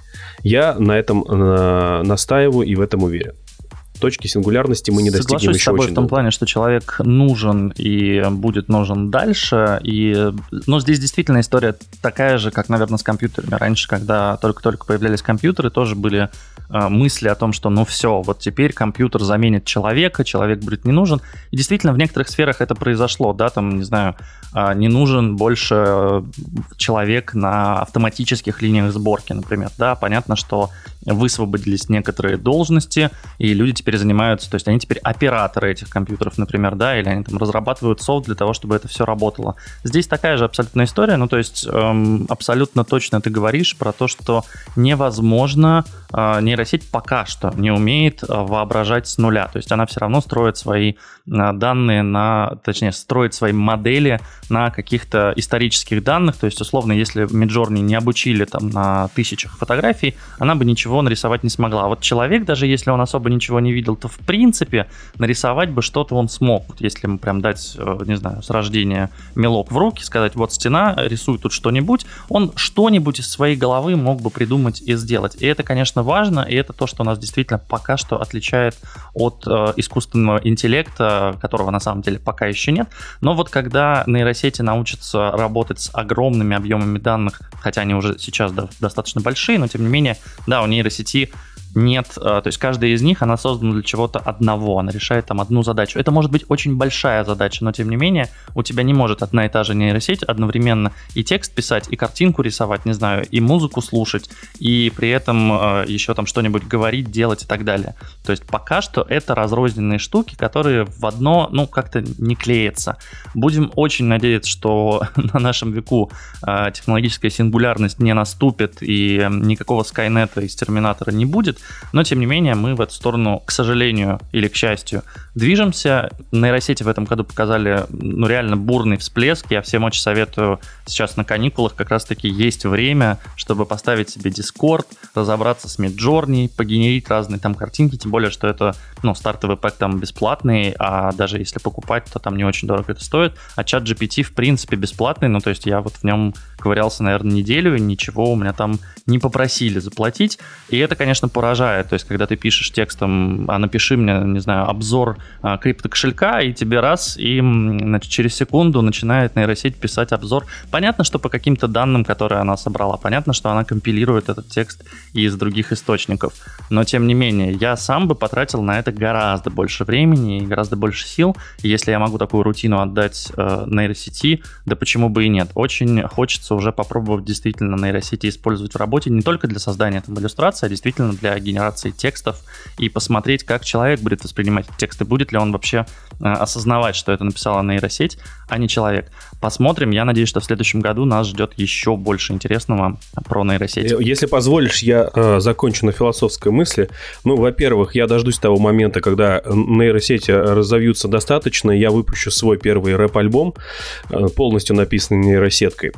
Я на этом э, настаиваю и в этом уверен. Точки сингулярности мы не достигнем Соглашусь еще с тобой очень в том долго. плане, что человек нужен и будет нужен дальше. И, ну, здесь действительно история такая же, как, наверное, с компьютерами. Раньше, когда только-только появлялись компьютеры, тоже были э, мысли о том, что ну все, вот теперь компьютер заменит человека, человек будет не нужен. И действительно, в некоторых сферах это произошло, да, там, не знаю, э, не нужен больше человек на автоматических линиях сборки, например, да, понятно, что высвободились некоторые должности, и люди теперь занимаются, то есть они теперь операторы этих компьютеров, например, да, или они там разрабатывают софт для того, чтобы это все работало. Здесь такая же абсолютная история, ну, то есть эм, абсолютно точно ты говоришь про то, что невозможно, э, нейросеть пока что не умеет э, воображать с нуля, то есть она все равно строит свои э, данные на, точнее, строит свои модели на каких-то исторических данных, то есть, условно, если Midjourney не обучили там на тысячах фотографий, она бы ничего нарисовать не смогла. А вот человек, даже если он особо ничего не видел, то в принципе нарисовать бы что-то он смог. Вот если ему прям дать, не знаю, с рождения мелок в руки, сказать, вот стена, рисуй тут что-нибудь, он что-нибудь из своей головы мог бы придумать и сделать. И это, конечно, важно, и это то, что нас действительно пока что отличает от э, искусственного интеллекта, которого на самом деле пока еще нет. Но вот когда нейросети научатся работать с огромными объемами данных, хотя они уже сейчас да, достаточно большие, но тем не менее, да, у нейросети нет, то есть каждая из них, она создана для чего-то одного, она решает там одну задачу. Это может быть очень большая задача, но тем не менее у тебя не может одна и та же нейросеть одновременно и текст писать, и картинку рисовать, не знаю, и музыку слушать, и при этом э, еще там что-нибудь говорить, делать и так далее. То есть пока что это разрозненные штуки, которые в одно, ну, как-то не клеятся. Будем очень надеяться, что на нашем веку э, технологическая сингулярность не наступит и никакого Скайнета из Терминатора не будет. Но, тем не менее, мы в эту сторону, к сожалению или к счастью, движемся. Нейросети в этом году показали, ну, реально бурный всплеск. Я всем очень советую сейчас на каникулах как раз-таки есть время, чтобы поставить себе Discord, разобраться с Midjourney, погенерить разные там картинки, тем более, что это, ну, стартовый пэк там бесплатный, а даже если покупать, то там не очень дорого это стоит. А чат джи пи ти, в принципе, бесплатный, ну, то есть я вот в нем ковырялся, наверное, неделю, и ничего у меня там не попросили заплатить. И это, конечно, поражает. То есть, когда ты пишешь текстом, а напиши мне, не знаю, обзор а, криптокошелька, и тебе раз, и, значит, через секунду начинает нейросеть писать обзор. Понятно, что по каким-то данным, которые она собрала, понятно, что она компилирует этот текст из других источников. Но, тем не менее, я сам бы потратил на это гораздо больше времени и гораздо больше сил. И если я могу такую рутину отдать э, нейросети, да почему бы и нет. Очень хочется уже попробовать действительно нейросети использовать в работе не только для создания там иллюстрации, а действительно для генерации текстов и посмотреть, как человек будет воспринимать тексты, будет ли он вообще э, осознавать, что это написала нейросеть, а не человек. Посмотрим. Я надеюсь, что в следующем году нас ждет еще больше интересного про нейросети. Если позволишь, я э, закончу на философской мысли. Ну, во-первых, я дождусь того момента, когда нейросети разовьются достаточно, я выпущу свой первый рэп-альбом, э, полностью написанный нейросеткой.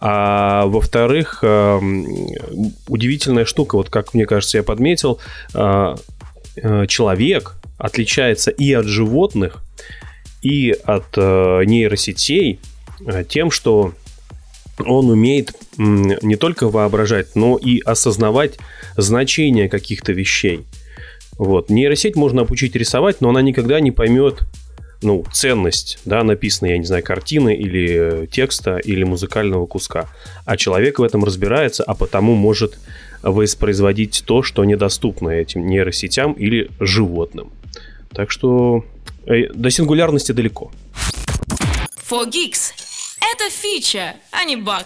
А во-вторых, э, удивительная штука, вот как мне кажется, я подметил, э, э, человек отличается и от животных, и от э, нейросетей э, тем, что он умеет м, не только воображать, но и осознавать значение каких-то вещей. Вот. Нейросеть можно обучить рисовать, но она никогда не поймет, ну, ценность, да, написанной, я не знаю, картины или текста, или музыкального куска. А человек в этом разбирается, а потому может воспроизводить то, что недоступно этим нейросетям или животным. Так что э, до сингулярности далеко. фор гикс. Это фича, а не баг.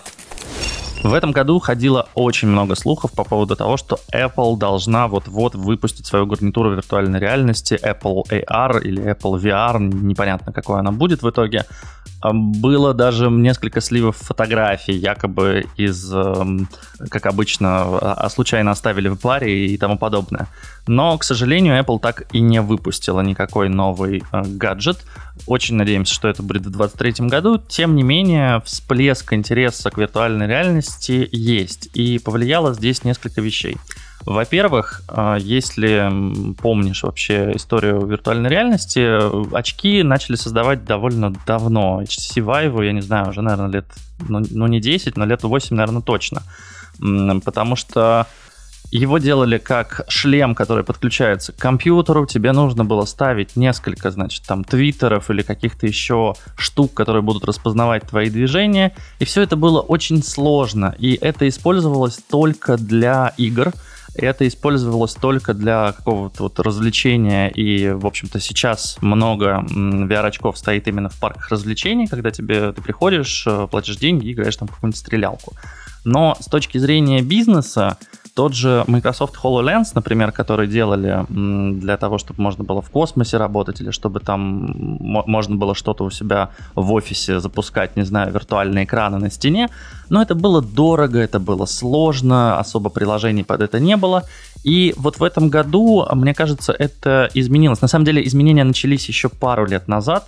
В этом году ходило очень много слухов по поводу того, что Apple должна вот-вот выпустить свою гарнитуру виртуальной реальности Apple эй ар или Apple ви ар, непонятно, какой она будет в итоге. Было даже несколько сливов фотографий, якобы из, как обычно, случайно оставили в паре и тому подобное. Но, к сожалению, Apple так и не выпустила никакой новый гаджет. Очень надеемся, что это будет в двадцать третьем году. Тем не менее, всплеск интереса к виртуальной реальности есть. И повлияло здесь несколько вещей. Во-первых, если помнишь вообще историю виртуальной реальности, очки начали создавать довольно давно. эйч ти си Vive, я не знаю, уже, наверное, лет, ну, ну не десять, но лет восемь, наверное, точно. Потому что его делали как шлем, который подключается к компьютеру. Тебе нужно было ставить несколько, значит, там, твиттеров или каких-то еще штук, которые будут распознавать твои движения. И все это было очень сложно. И это использовалось только для игр. Это использовалось только для какого-то вот развлечения. И, в общем-то, сейчас много ви ар-очков стоит именно в парках развлечений, когда тебе, ты приходишь, платишь деньги и играешь там в какую-нибудь стрелялку. Но с точки зрения бизнеса, тот же Microsoft HoloLens, например, который делали для того, чтобы можно было в космосе работать или чтобы там можно было что-то у себя в офисе запускать, не знаю, виртуальные экраны на стене, но это было дорого, это было сложно, особо приложений под это не было. И вот в этом году, мне кажется, это изменилось. На самом деле изменения начались еще пару лет назад,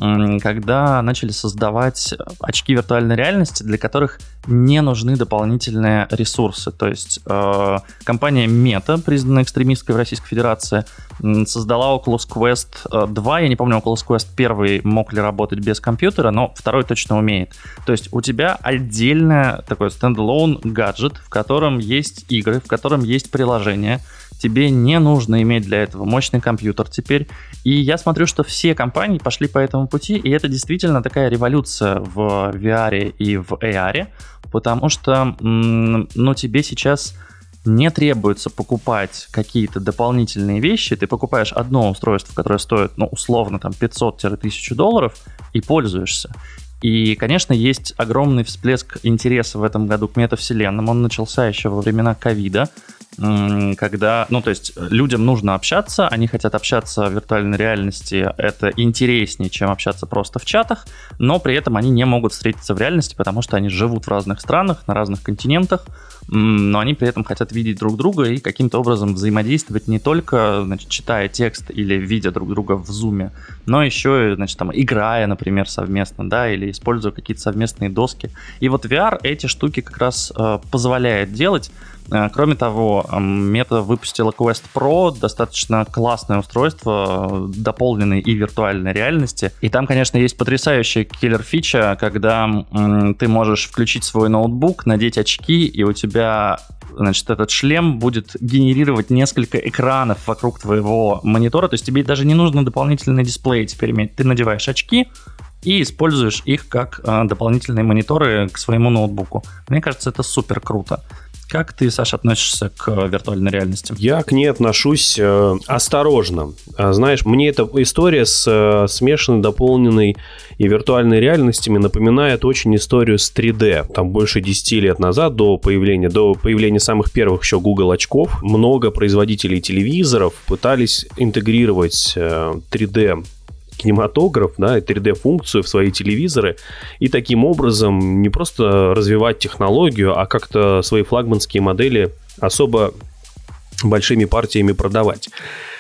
когда начали создавать очки виртуальной реальности, для которых не нужны дополнительные ресурсы. То есть э, компания Meta, признанная экстремистской в Российской Федерации, создала Oculus Quest два. Я не помню, Oculus Quest один мог ли работать без компьютера, но второй точно умеет. То есть у тебя отдельный такой стендалон гаджет, в котором есть игры, в котором есть приложения. Тебе не нужно иметь для этого мощный компьютер теперь. И я смотрю, что все компании пошли по этому пути, и это действительно такая революция в ви ар и в эй ар, потому что ну, тебе сейчас не требуется покупать какие-то дополнительные вещи. Ты покупаешь одно устройство, которое стоит, ну, условно, там, пятьсот-тысячу долларов, и пользуешься. И, конечно, есть огромный всплеск интереса в этом году к метавселенным. Он начался еще во времена ковида, когда, ну, то есть людям нужно общаться, они хотят общаться в виртуальной реальности, это интереснее, чем общаться просто в чатах, но при этом они не могут встретиться в реальности, потому что они живут в разных странах, на разных континентах, но они при этом хотят видеть друг друга и каким-то образом взаимодействовать не только, значит, читая текст или видя друг друга в зуме, но еще, значит, там, играя, например, совместно, да, или используя какие-то совместные доски. И вот ви ар эти штуки как раз э, позволяет делать. Кроме того, Meta выпустила Quest Pro, достаточно классное устройство, дополненной и виртуальной реальности. И там, конечно, есть потрясающая киллер-фича, когда м, ты можешь включить свой ноутбук, надеть очки, и у тебя, значит, этот шлем будет генерировать несколько экранов вокруг твоего монитора. То есть тебе даже не нужно дополнительный дисплей теперь иметь. Ты надеваешь очки и используешь их как э, дополнительные мониторы к своему ноутбуку. Мне кажется, это супер круто. Как ты, Саша, относишься к виртуальной реальности? Я к ней отношусь э, осторожно. Знаешь, мне эта история с э, смешанной, дополненной и виртуальной реальностями напоминает очень историю с три дэ. Там больше десяти лет назад, до появления, до появления самых первых еще Google очков, много производителей телевизоров пытались интегрировать э, три дэ кинематограф, да, и три дэ-функцию в свои телевизоры, и таким образом не просто развивать технологию, а как-то свои флагманские модели особо большими партиями продавать.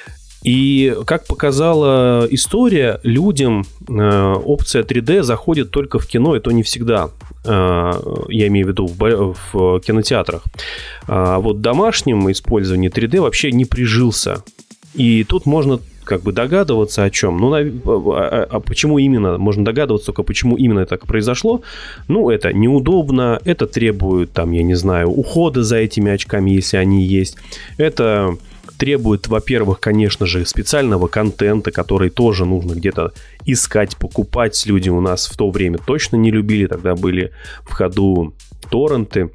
И, как показала история, людям э, опция три дэ заходит только в кино, и то не всегда. Э, я имею в виду в, в кинотеатрах. А вот в домашнем использовании три дэ вообще не прижился. И тут можно как бы догадываться о чем. Ну, а, а, а почему именно? Можно догадываться только, почему именно так произошло. Ну, это неудобно, это требует, там, я не знаю, ухода за этими очками, если они есть. Это требует, во-первых, конечно же, специального контента, который тоже нужно где-то искать, покупать. Люди у нас в то время точно не любили, тогда были в ходу торренты.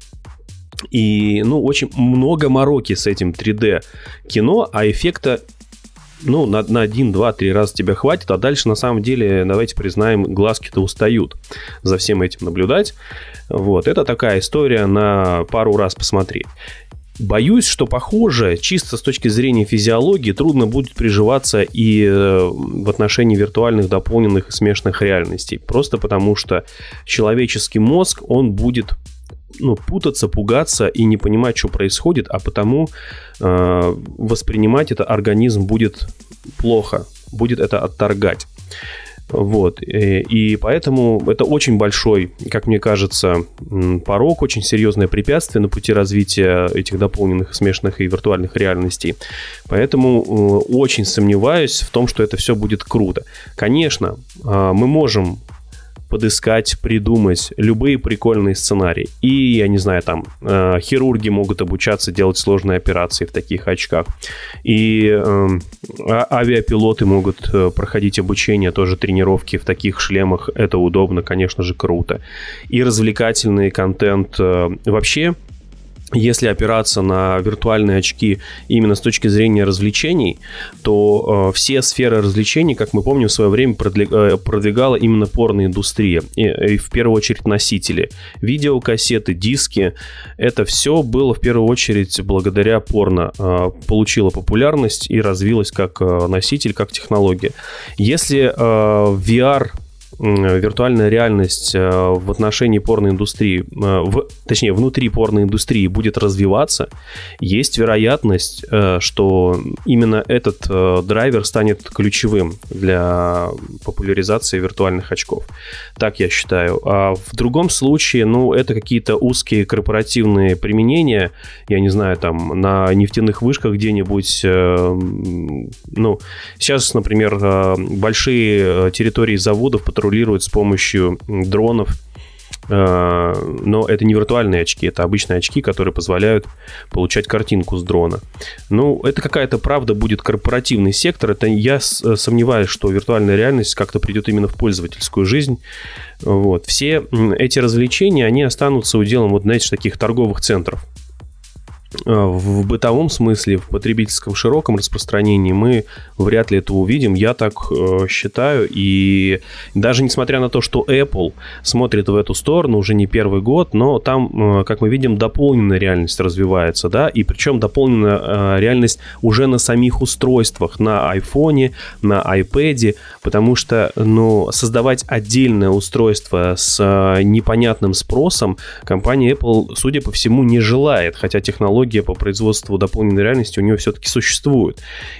И, ну, очень много мороки с этим три дэ-кино, а эффекта ну, на, на один, два, три раза тебя хватит, а дальше, на самом деле, давайте признаем, глазки-то устают за всем этим наблюдать. Вот, это такая история на пару раз посмотреть. Боюсь, что, похоже, чисто с точки зрения физиологии трудно будет приживаться и в отношении виртуальных, дополненных и смешанных реальностей. Просто потому, что человеческий мозг, он будет... ну, путаться, пугаться и не понимать, что происходит, а потому э, воспринимать это организм будет плохо, будет это отторгать. Вот. И поэтому это очень большой, как мне кажется, порог, очень серьезное препятствие на пути развития этих дополненных, смешанных и виртуальных реальностей. Поэтому очень сомневаюсь в том, что это все будет круто. Конечно, мы можем подыскать, придумать любые прикольные сценарии. И, я не знаю, там, э, хирурги могут обучаться делать сложные операции в таких очках. И э, авиапилоты могут э, проходить обучение, тоже тренировки в таких шлемах. Это удобно, конечно же, круто. И развлекательный контент э, вообще... Если опираться на виртуальные очки именно с точки зрения развлечений, то э, все сферы развлечений, как мы помним, в свое время продвиг- продвигала именно порноиндустрия. И, и в первую очередь носители. Видеокассеты, диски. Это все было в первую очередь благодаря порно. Э, получило популярность и развилось как э, носитель, как технология. Если э, ви ар... виртуальная реальность в отношении порноиндустрии, в, точнее, внутри порноиндустрии будет развиваться, есть вероятность, что именно этот драйвер станет ключевым для популяризации виртуальных очков. Так я считаю. А в другом случае, ну, это какие-то узкие корпоративные применения, я не знаю, там, на нефтяных вышках где-нибудь, ну, сейчас, например, большие территории заводов патрулируют с помощью дронов, но это не виртуальные очки, это обычные очки, которые позволяют получать картинку с дрона. Ну, это какая-то, правда, будет корпоративный сектор. Это я сомневаюсь, что виртуальная реальность как-то придет именно в пользовательскую жизнь. Вот. Все эти развлечения, они останутся уделом, вот, знаете, таких торговых центров. В бытовом смысле, в потребительском широком распространении мы вряд ли это увидим, я так э, считаю. И даже несмотря на то, что Apple смотрит в эту сторону уже не первый год, но там, э, как мы видим, дополненная реальность развивается, да, и причем дополненная э, реальность уже на самих устройствах, на айфоне, на iPad, потому что, ну, создавать отдельное устройство с э, непонятным спросом компания Apple, судя по всему, не желает, хотя технология по производству дополненной реальности у нее все-таки существует.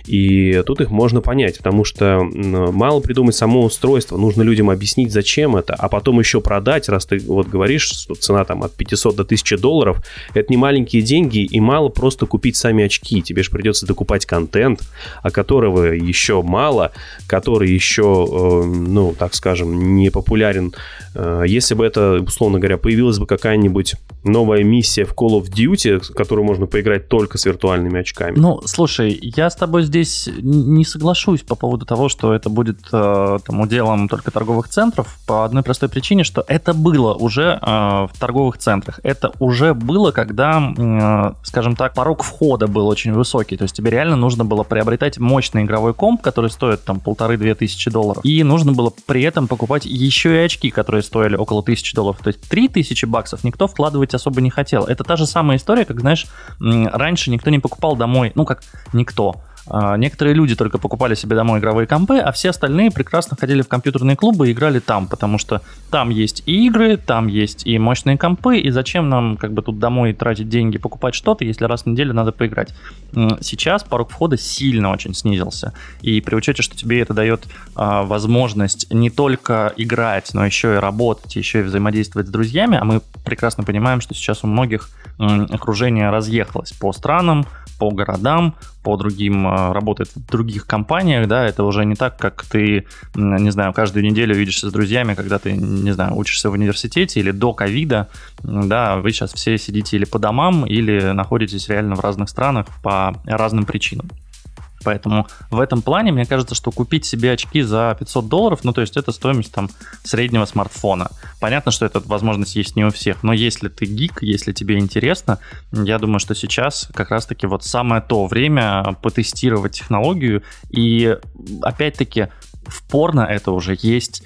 И тут их можно понять, потому что мало придумать само устройство, нужно людям объяснить, зачем это, а потом еще продать, раз ты вот говоришь, что цена там от пятисот до тысячи долларов, это не маленькие деньги, и мало просто купить сами очки, тебе же придется докупать контент, а которого еще мало, который еще, ну, так скажем, не популярен. Если бы это, условно говоря, появилась бы какая-нибудь новая миссия в Call of Duty, которую можно поиграть только с виртуальными очками. Ну, слушай, я с тобой здесь не соглашусь по поводу того, что это будет э, там, уделом только торговых центров, по одной простой причине, что это было уже э, в торговых центрах. Это уже было, когда, э, скажем так, порог входа был очень высокий. То есть тебе реально нужно было приобретать мощный игровой комп, который стоит там полторы-две тысячи долларов. И нужно было при этом покупать еще и очки, которые стоили около тысячи долларов. То есть три тысячи баксов никто вкладывать особо не хотел. Это та же самая история, как, знаешь, раньше никто не покупал домой, ну как никто. Некоторые люди только покупали себе домой игровые компы, а все остальные прекрасно ходили в компьютерные клубы и играли там, потому что там есть и игры, там есть и мощные компы, и зачем нам как бы тут домой тратить деньги, покупать что-то, если раз в неделю надо поиграть. Сейчас порог входа сильно очень снизился, и при учете, что тебе это дает а, возможность не только играть, но еще и работать, еще и взаимодействовать с друзьями, а мы прекрасно понимаем, что сейчас у многих м, окружение разъехалось по странам, по городам, по другим, работает в других компаниях, да, это уже не так, как ты, не знаю, каждую неделю видишься с друзьями, когда ты, не знаю, учишься в университете или до ковида, да, вы сейчас все сидите или по домам, или находитесь реально в разных странах по разным причинам. Поэтому в этом плане, мне кажется, что купить себе очки за пятьсот долларов, ну, то есть это стоимость там среднего смартфона. Понятно, что эта возможность есть не у всех, но если ты гик, если тебе интересно, я думаю, что сейчас как раз-таки вот самое то время потестировать технологию. И опять-таки в порно это уже есть.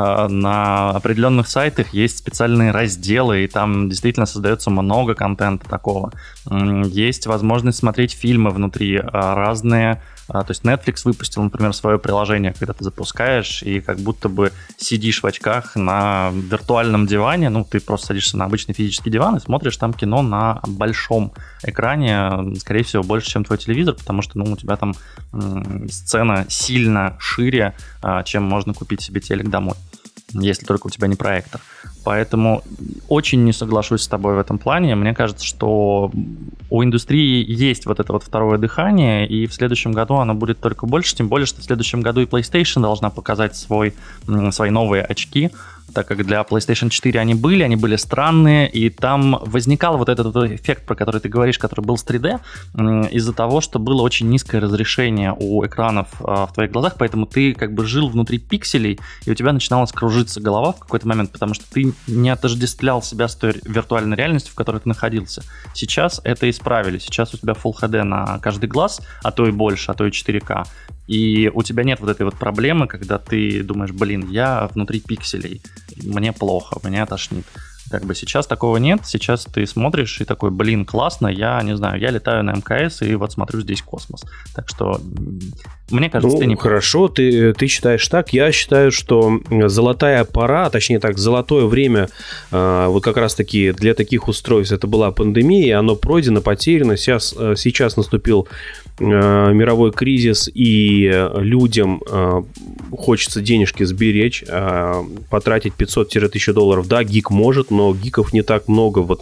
На определенных сайтах есть специальные разделы, и там действительно создается много контента такого. Есть возможность смотреть фильмы внутри, разные То есть Netflix выпустил, например, свое приложение, когда ты запускаешь, и как будто бы сидишь в очках на виртуальном диване, ну, ты просто садишься на обычный физический диван и смотришь там кино на большом экране, скорее всего, больше, чем твой телевизор, потому что, ну, у тебя там м- сцена сильно шире, а, чем можно купить себе телек домой, если только у тебя не проектор. Поэтому очень не соглашусь с тобой в этом плане. Мне кажется, что у индустрии есть вот это вот второе дыхание, и в следующем году оно будет только больше, тем более, что в следующем году и PlayStation должна показать свой, свои новые очки, так как для PlayStation четыре они были, они были странные, и там возникал вот этот вот эффект, про который ты говоришь, который был с три дэ, из-за того, что было очень низкое разрешение у экранов в твоих глазах, поэтому ты как бы жил внутри пикселей, и у тебя начиналась кружиться голова в какой-то момент, потому что ты не отождествлял себя с той виртуальной реальностью, в которой ты находился. Сейчас это исправили, сейчас у тебя Full эйч ди на каждый глаз, а то и больше, а то и четыре ка. И у тебя нет вот этой вот проблемы, когда ты думаешь, блин, я внутри пикселей, мне плохо, меня тошнит. Как бы сейчас такого нет, сейчас ты смотришь и такой, блин, классно, я не знаю, я летаю на эм ка эс и вот смотрю здесь космос. Так что, мне кажется, ну, ты не... Хорошо, ты, ты считаешь так. Я считаю, что золотая пора, точнее так, золотое время э, вот как раз-таки для таких устройств это была пандемия, оно пройдено, потеряно. Сейчас, сейчас наступил э, мировой кризис, и людям э, хочется денежки сберечь, э, потратить пятьсот - тысячу долларов. Да, гик может, но гиков не так много вот,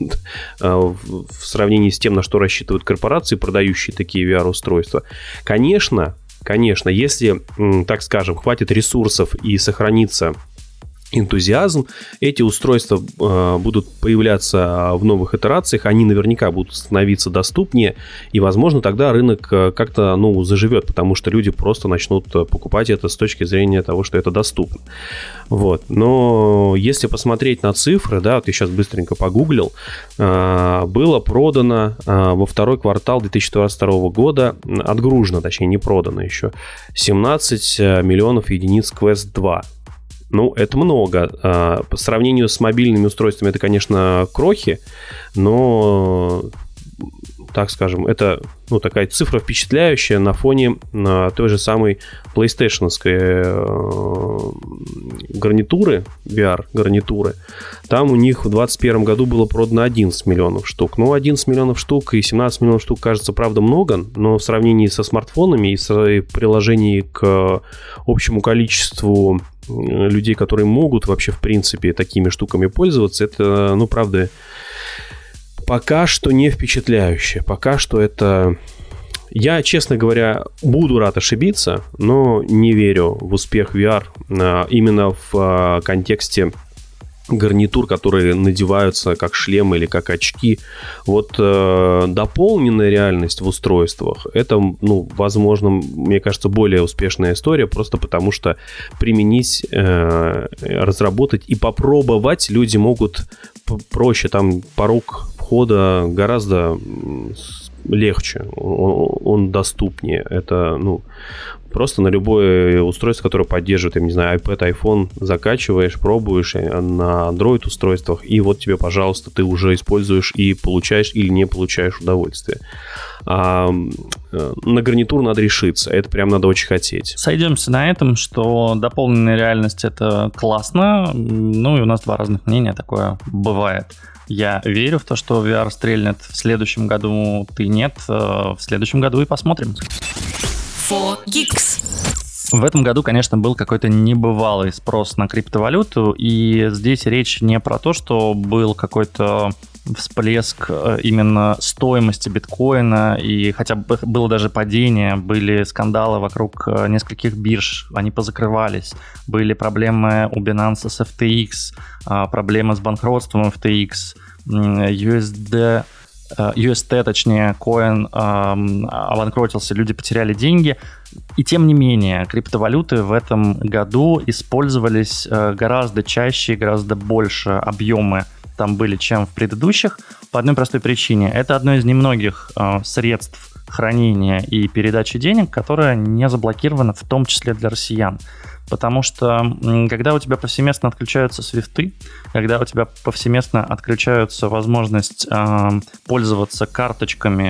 в сравнении с тем, на что рассчитывают корпорации, продающие такие ви ар-устройства. Конечно, конечно, если, так скажем, хватит ресурсов и сохранится энтузиазм, эти устройства э, будут появляться в новых итерациях, они наверняка будут становиться доступнее, и, возможно, тогда рынок как-то, ну, заживет, потому что люди просто начнут покупать это с точки зрения того, что это доступно. Вот. Но если посмотреть на цифры, да, вот я сейчас быстренько погуглил, э, было продано э, во второй квартал две тысячи двадцать второго года, отгружено, точнее, не продано еще, семнадцать миллионов единиц квест два. Ну, это много. По сравнению с мобильными устройствами это, конечно, крохи, но, так скажем, это, ну, такая цифра впечатляющая на фоне на той же самой PlayStation-овской гарнитуры, ви ар-гарнитуры. Там у них в двадцать первом году было продано одиннадцать миллионов штук. Ну, одиннадцать миллионов штук и семнадцать миллионов штук кажется, правда, много, но в сравнении со смартфонами и в приложении к общему количеству людей, которые могут вообще, в принципе, такими штуками пользоваться, это, ну, правда, пока что не впечатляюще. Пока что это... Я, честно говоря, буду рад ошибиться, но не верю в успех ви ар именно в контексте гарнитур, которые надеваются как шлемы или как очки. Вот э, дополненная реальность в устройствах, это, ну, возможно, мне кажется, более успешная история, просто потому что применить, э, разработать и попробовать люди могут проще, там порог входа гораздо легче, он, он доступнее. Это, ну, просто на любое устройство, которое поддерживает, я не знаю, iPad, iPhone, закачиваешь, пробуешь на Android-устройствах, и вот тебе, пожалуйста, ты уже используешь и получаешь или не получаешь удовольствие. А на гарнитур надо решиться, это прям надо очень хотеть. Сойдемся на этом, что дополненная реальность — это классно, ну и у нас два разных мнения, такое бывает. Я верю в то, что ви ар стрельнет в следующем году, ты нет, в следующем году и посмотрим. фор Geeks. В этом году, конечно, был какой-то небывалый спрос на криптовалюту, и здесь речь не про то, что был какой-то всплеск именно стоимости биткоина, и хотя бы было даже падение, были скандалы вокруг нескольких бирж, они позакрывались, были проблемы у Binance с эф ти экс, проблемы с банкротством эф ти экс, ю эс ди, ю эс ти, точнее, коин обанкротился, люди потеряли деньги. И тем не менее, криптовалюты в этом году использовались гораздо чаще, гораздо больше объемы там были, чем в предыдущих, по одной простой причине. Это одно из немногих э, средств хранения и передачи денег, которое не заблокировано, в том числе для россиян. Потому что м, когда у тебя повсеместно отключаются свифты, когда у тебя повсеместно отключаются возможность э, пользоваться карточками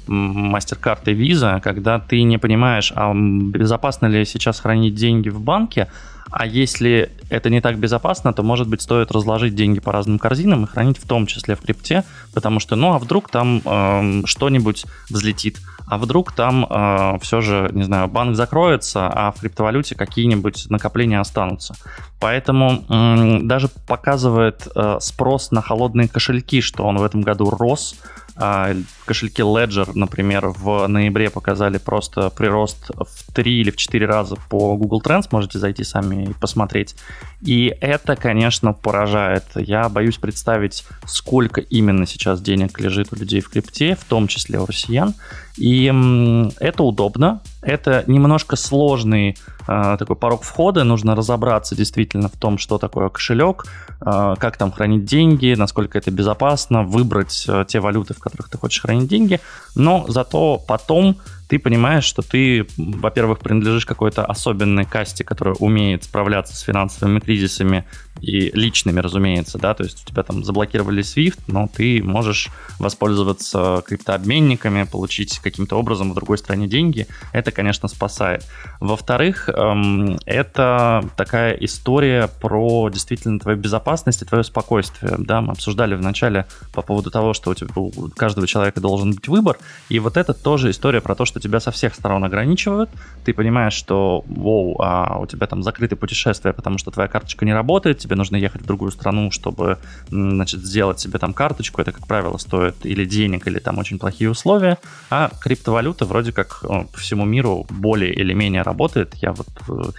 MasterCard и Visa, когда ты не понимаешь, а безопасно ли сейчас хранить деньги в банке, а если это не так безопасно, то, может быть, стоит разложить деньги по разным корзинам и хранить в том числе в крипте, потому что, ну, а вдруг там э, что-нибудь взлетит, а вдруг там э, все же, не знаю, банк закроется, а в криптовалюте какие-нибудь накопления останутся. Поэтому э, даже показывает э, спрос на холодные кошельки, что он в этом году рос. Кошельки Ledger, например, в ноябре показали просто прирост в три или в четыре раза по Google Trends, можете зайти сами и посмотреть. И это, конечно, поражает. Я боюсь представить, сколько именно сейчас денег лежит у людей в крипте, в том числе у россиян. И это удобно, это немножко сложный э, такой порог входа, нужно разобраться действительно в том, что такое кошелек, э, как там хранить деньги, насколько это безопасно, выбрать э, те валюты, в которых ты хочешь хранить деньги, но зато потом ты понимаешь, что ты, во-первых, принадлежишь какой-то особенной касте, которая умеет справляться с финансовыми кризисами и личными, разумеется, да, то есть у тебя там заблокировали свифт, но ты можешь воспользоваться криптообменниками, получить каким-то образом в другой стране деньги, это, конечно, спасает. Во-вторых, эм, это такая история про действительно твою безопасность и твое спокойствие, да, мы обсуждали в начале по поводу того, что у, тебя, у каждого человека должен быть выбор, и вот это тоже история про то, что тебя со всех сторон ограничивают, ты понимаешь, что воу, а у тебя там закрыты путешествия, потому что твоя карточка не работает, тебе нужно ехать в другую страну, чтобы, значит, сделать себе там карточку, это, как правило, стоит или денег, или там очень плохие условия, а криптовалюта вроде как по всему миру более или менее работает. Я вот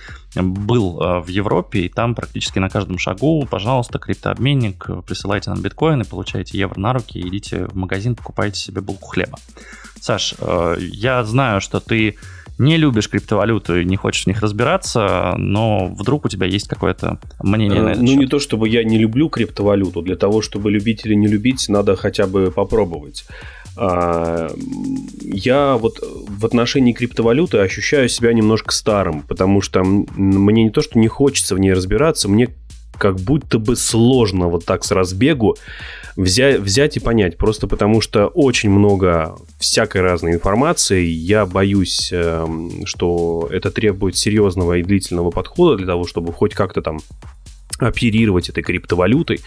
был в Европе, и там практически на каждом шагу, пожалуйста, криптообменник, присылайте нам биткоины, получайте евро на руки, идите в магазин, покупайте себе булку хлеба. Саш, я знаю, что ты не любишь криптовалюту и не хочешь в них разбираться, но вдруг у тебя есть какое-то мнение на этот Ну, счет? не то, чтобы я не люблю криптовалюту. Для того, чтобы любить или не любить, надо хотя бы попробовать. Я вот в отношении криптовалюты ощущаю себя немножко старым, потому что мне не то, что не хочется в ней разбираться, мне как будто бы сложно вот так с разбегу взять, взять и понять. Просто потому что очень много всякой разной информации. Я боюсь, что это требует серьезного и длительного подхода для того, чтобы хоть как-то там оперировать этой криптовалютой.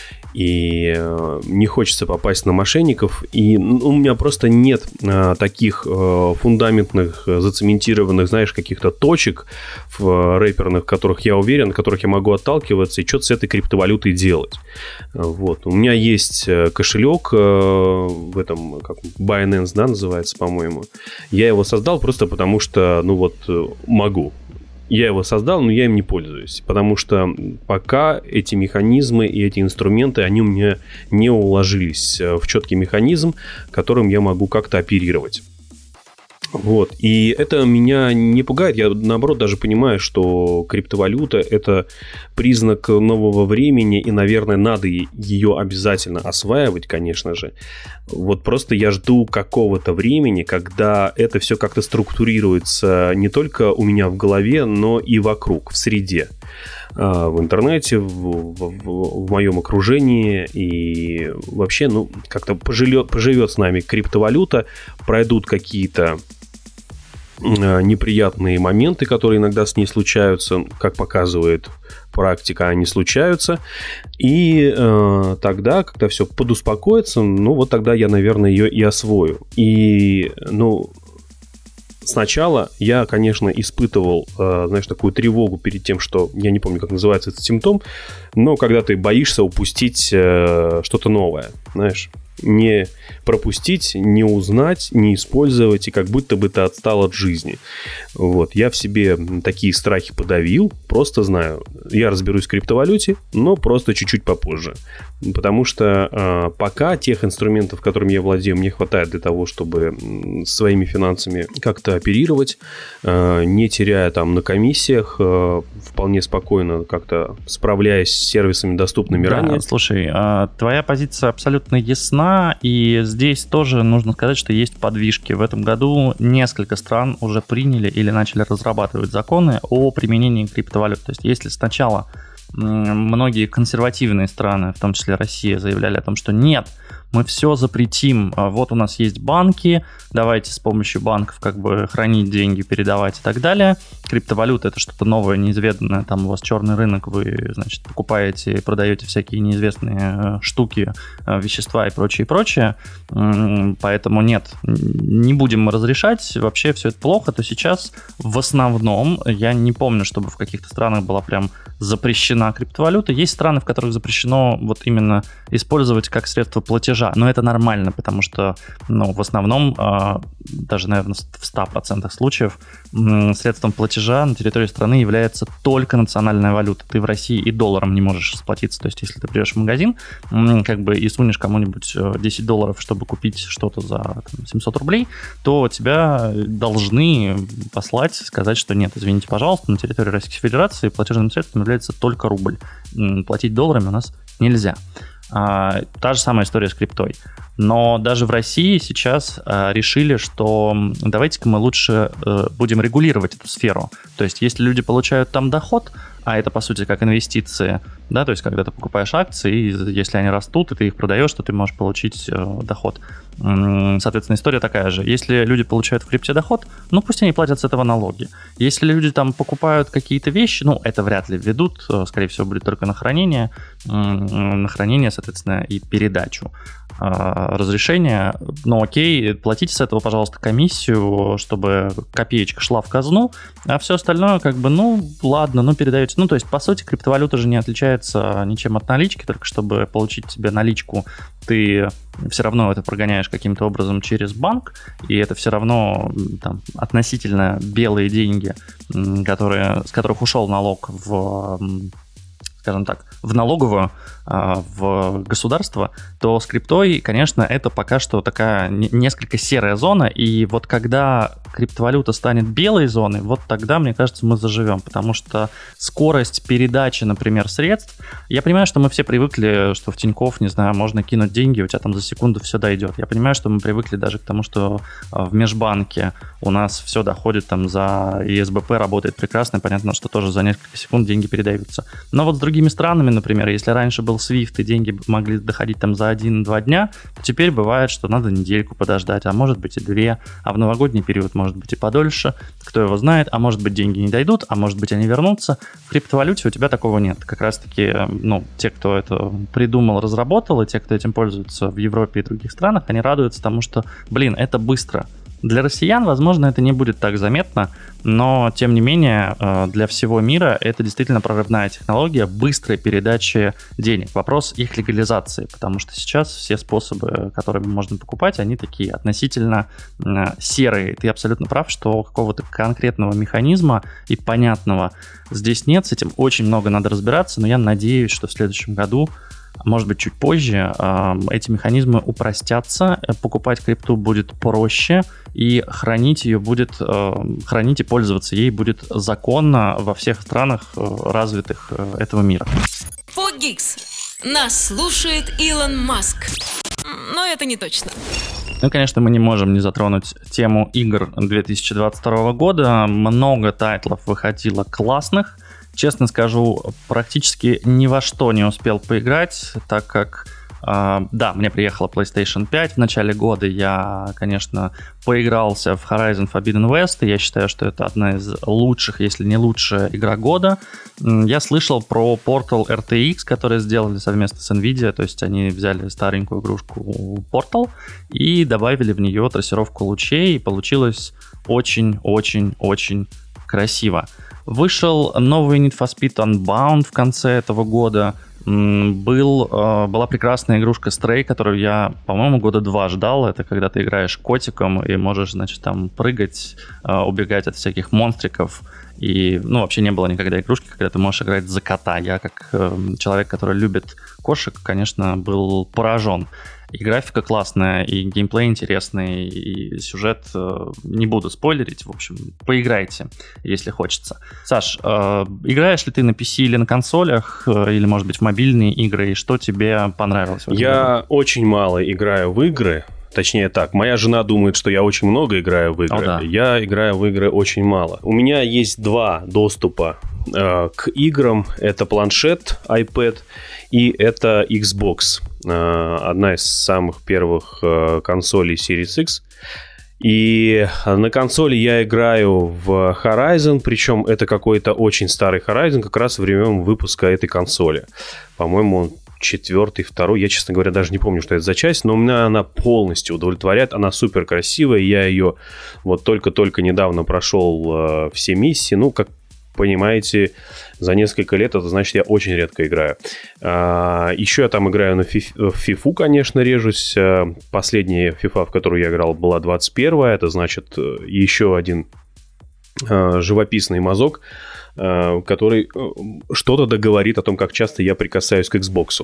И не хочется попасть на мошенников. И у меня просто нет а, таких а, фундаментных, зацементированных, знаешь, каких-то точек в рэперных, в которых я уверен, на которых я могу отталкиваться и что-то с этой криптовалютой делать. Вот. У меня есть кошелек а, в этом, как Binance, да, называется, по-моему. Я его создал просто потому, что, ну вот, могу. Я его создал, но я им не пользуюсь, потому что пока эти механизмы и эти инструменты, они у меня не уложились в четкий механизм, которым я могу как-то оперировать. Вот. И это меня не пугает. Я, наоборот, даже понимаю, что криптовалюта – это признак нового времени, и, наверное, надо ее обязательно осваивать, конечно же. Вот просто я жду какого-то времени, когда это все как-то структурируется не только у меня в голове, но и вокруг, в среде. В интернете, в, в, в моем окружении. И вообще, ну, как-то поживет, поживет с нами криптовалюта, пройдут какие-то неприятные моменты, которые иногда с ней случаются, как показывает практика, они случаются. И э, тогда, когда все подуспокоится, ну, вот тогда я, наверное, ее и освою. И, ну, сначала я, конечно, испытывал, э, знаешь, такую тревогу перед тем, что, я не помню, как называется этот симптом, но когда ты боишься упустить э, что-то новое, знаешь, не пропустить, не узнать, не использовать, и как будто бы ты отстал от жизни. Вот. Я в себе такие страхи подавил, просто знаю, я разберусь в криптовалюте, но просто чуть-чуть попозже. Потому что э, пока тех инструментов, которыми я владею, мне хватает для того, чтобы своими финансами как-то оперировать, э, не теряя там на комиссиях, э, вполне спокойно как-то справляясь с сервисами, доступными да, ранее. Слушай, э, твоя позиция абсолютно ясна, и здесь тоже нужно сказать, что есть подвижки. В этом году несколько стран уже приняли или начали разрабатывать законы о применении криптовалют. То есть если сначала многие консервативные страны, в том числе Россия, заявляли о том, что нет, мы все запретим, вот у нас есть банки, давайте с помощью банков как бы хранить деньги, передавать и так далее. Криптовалюта — это что-то новое, неизведанное, там у вас черный рынок, вы, значит, покупаете, продаете всякие неизвестные штуки, вещества и прочее, и прочее. Поэтому нет, не будем мы разрешать, вообще все это плохо, то сейчас в основном, я не помню, чтобы в каких-то странах была прям запрещена криптовалюта. Есть страны, в которых запрещено вот именно использовать как средство платежа, но это нормально, потому что, ну, в основном, даже, наверное, в ста процентах случаев средством платежа на территории страны является только национальная валюта. Ты в России и долларом не можешь расплатиться, то есть если ты придешь в магазин как бы и сунешь кому-нибудь десять долларов, чтобы купить что-то за там, семьсот рублей, то тебя должны послать, сказать, что нет, извините, пожалуйста, на территории Российской Федерации платежным средством является только рубль. Платить долларами у нас нельзя. А, та же самая история с криптой. Но даже в России сейчас а, решили, что давайте-ка мы лучше а, будем регулировать эту сферу. То есть если люди получают там доход, а это, по сути, как инвестиции, да, то есть когда ты покупаешь акции, и если они растут, и ты их продаешь, то ты можешь получить э, доход. Соответственно, история такая же. Если люди получают в крипте доход, ну, пусть они платят с этого налоги. Если люди там покупают какие-то вещи, ну, это вряд ли введут, скорее всего, будет только на хранение, на хранение, соответственно, и передачу разрешения. Ну, окей, платите с этого, пожалуйста, комиссию, чтобы копеечка шла в казну, а все остальное, как бы, ну, ладно, ну, передаете. Ну, то есть, по сути, криптовалюта же не отличается ничем от налички, только чтобы получить тебе наличку, ты все равно это прогоняешь каким-то образом через банк, и это все равно там, относительно белые деньги, которые, с которых ушел налог в, скажем так, в налоговую, в государство, то с криптой, конечно, это пока что такая несколько серая зона, и вот когда криптовалюта станет белой зоной, вот тогда, мне кажется, мы заживем, потому что скорость передачи, например, средств, я понимаю, что мы все привыкли, что в Тинькофф, не знаю, можно кинуть деньги, у тебя там за секунду все дойдет. Я понимаю, что мы привыкли даже к тому, что в межбанке у нас все доходит там за и эс бэ пэ работает прекрасно, и понятно, что тоже за несколько секунд деньги передаются. Но вот с другими странами, например, если раньше был свифт и деньги могли доходить там за один-два дня, то теперь бывает, что надо недельку подождать, а может быть и две, а в новогодний период может быть и подольше, кто его знает, а может быть деньги не дойдут, а может быть они вернутся. В криптовалюте у тебя такого нет. Как раз-таки, ну, те, кто это придумал, разработал, и те, кто этим пользуется в Европе и других странах, они радуются тому, что, блин, это быстро. Для россиян, возможно, это не будет так заметно, но, тем не менее, для всего мира это действительно прорывная технология быстрой передачи денег. Вопрос их легализации, потому что сейчас все способы, которыми можно покупать, они такие относительно серые. Ты абсолютно прав, что какого-то конкретного механизма и понятного здесь нет, с этим очень много надо разбираться, но я надеюсь, что в следующем году, может быть, чуть позже, эти механизмы упростятся, покупать крипту будет проще, и хранить ее будет, хранить и пользоваться ей будет законно во всех странах развитых этого мира. Фогикс. Нас слушает Илон Маск. Но это не точно. Ну, конечно, мы не можем не затронуть тему игр две тысячи двадцать второго года. Много тайтлов выходило классных. Честно скажу, практически ни во что не успел поиграть, так как, э, да, мне приехала PlayStation пять в начале года, я, конечно, поигрался в Horizon Forbidden West, и я считаю, что это одна из лучших, если не лучшая игра года. Я слышал про Portal эр ти экс, который сделали совместно с NVIDIA, то есть они взяли старенькую игрушку Portal и добавили в нее трассировку лучей, и получилось очень-очень-очень красиво. Вышел новый Need for Speed Unbound в конце этого года. Был, была прекрасная игрушка Stray, которую я, по-моему, года два ждал. Это когда ты играешь котиком и можешь, значит, там прыгать, убегать от всяких монстриков. И, ну, вообще не было никогда игрушки, когда ты можешь играть за кота. Я, как человек, который любит кошек, конечно, был поражен. И графика классная, и геймплей интересный, и сюжет, э, не буду спойлерить, в общем, поиграйте, если хочется. Саш, э, играешь ли ты на пи си или на консолях, э, или, может быть, в мобильные игры, и что тебе понравилось? Я очень мало играю в игры, Точнее так, моя жена думает, что я очень много играю в игры. О, да. Я играю в игры очень мало. У меня есть два доступа э, к играм. Это планшет, iPad, и это Xbox. Э, одна из самых первых э, консолей Series X. И на консоли я играю в Horizon, причем это какой-то очень старый Horizon, как раз времен выпуска этой консоли. По-моему, он четвертый, второй, я, честно говоря, даже не помню, что это за часть, но у меня она полностью удовлетворяет, она супер красивая, я ее вот только-только недавно прошел э, все миссии, ну, как понимаете, за несколько лет, это значит, я очень редко играю. А, еще я там играю на фиф, в фифу, конечно, режусь. Последняя фифа, в которую я играл, была двадцать первая, это значит, еще один а, живописный мазок, который что-то договорит о том, как часто я прикасаюсь к Xbox.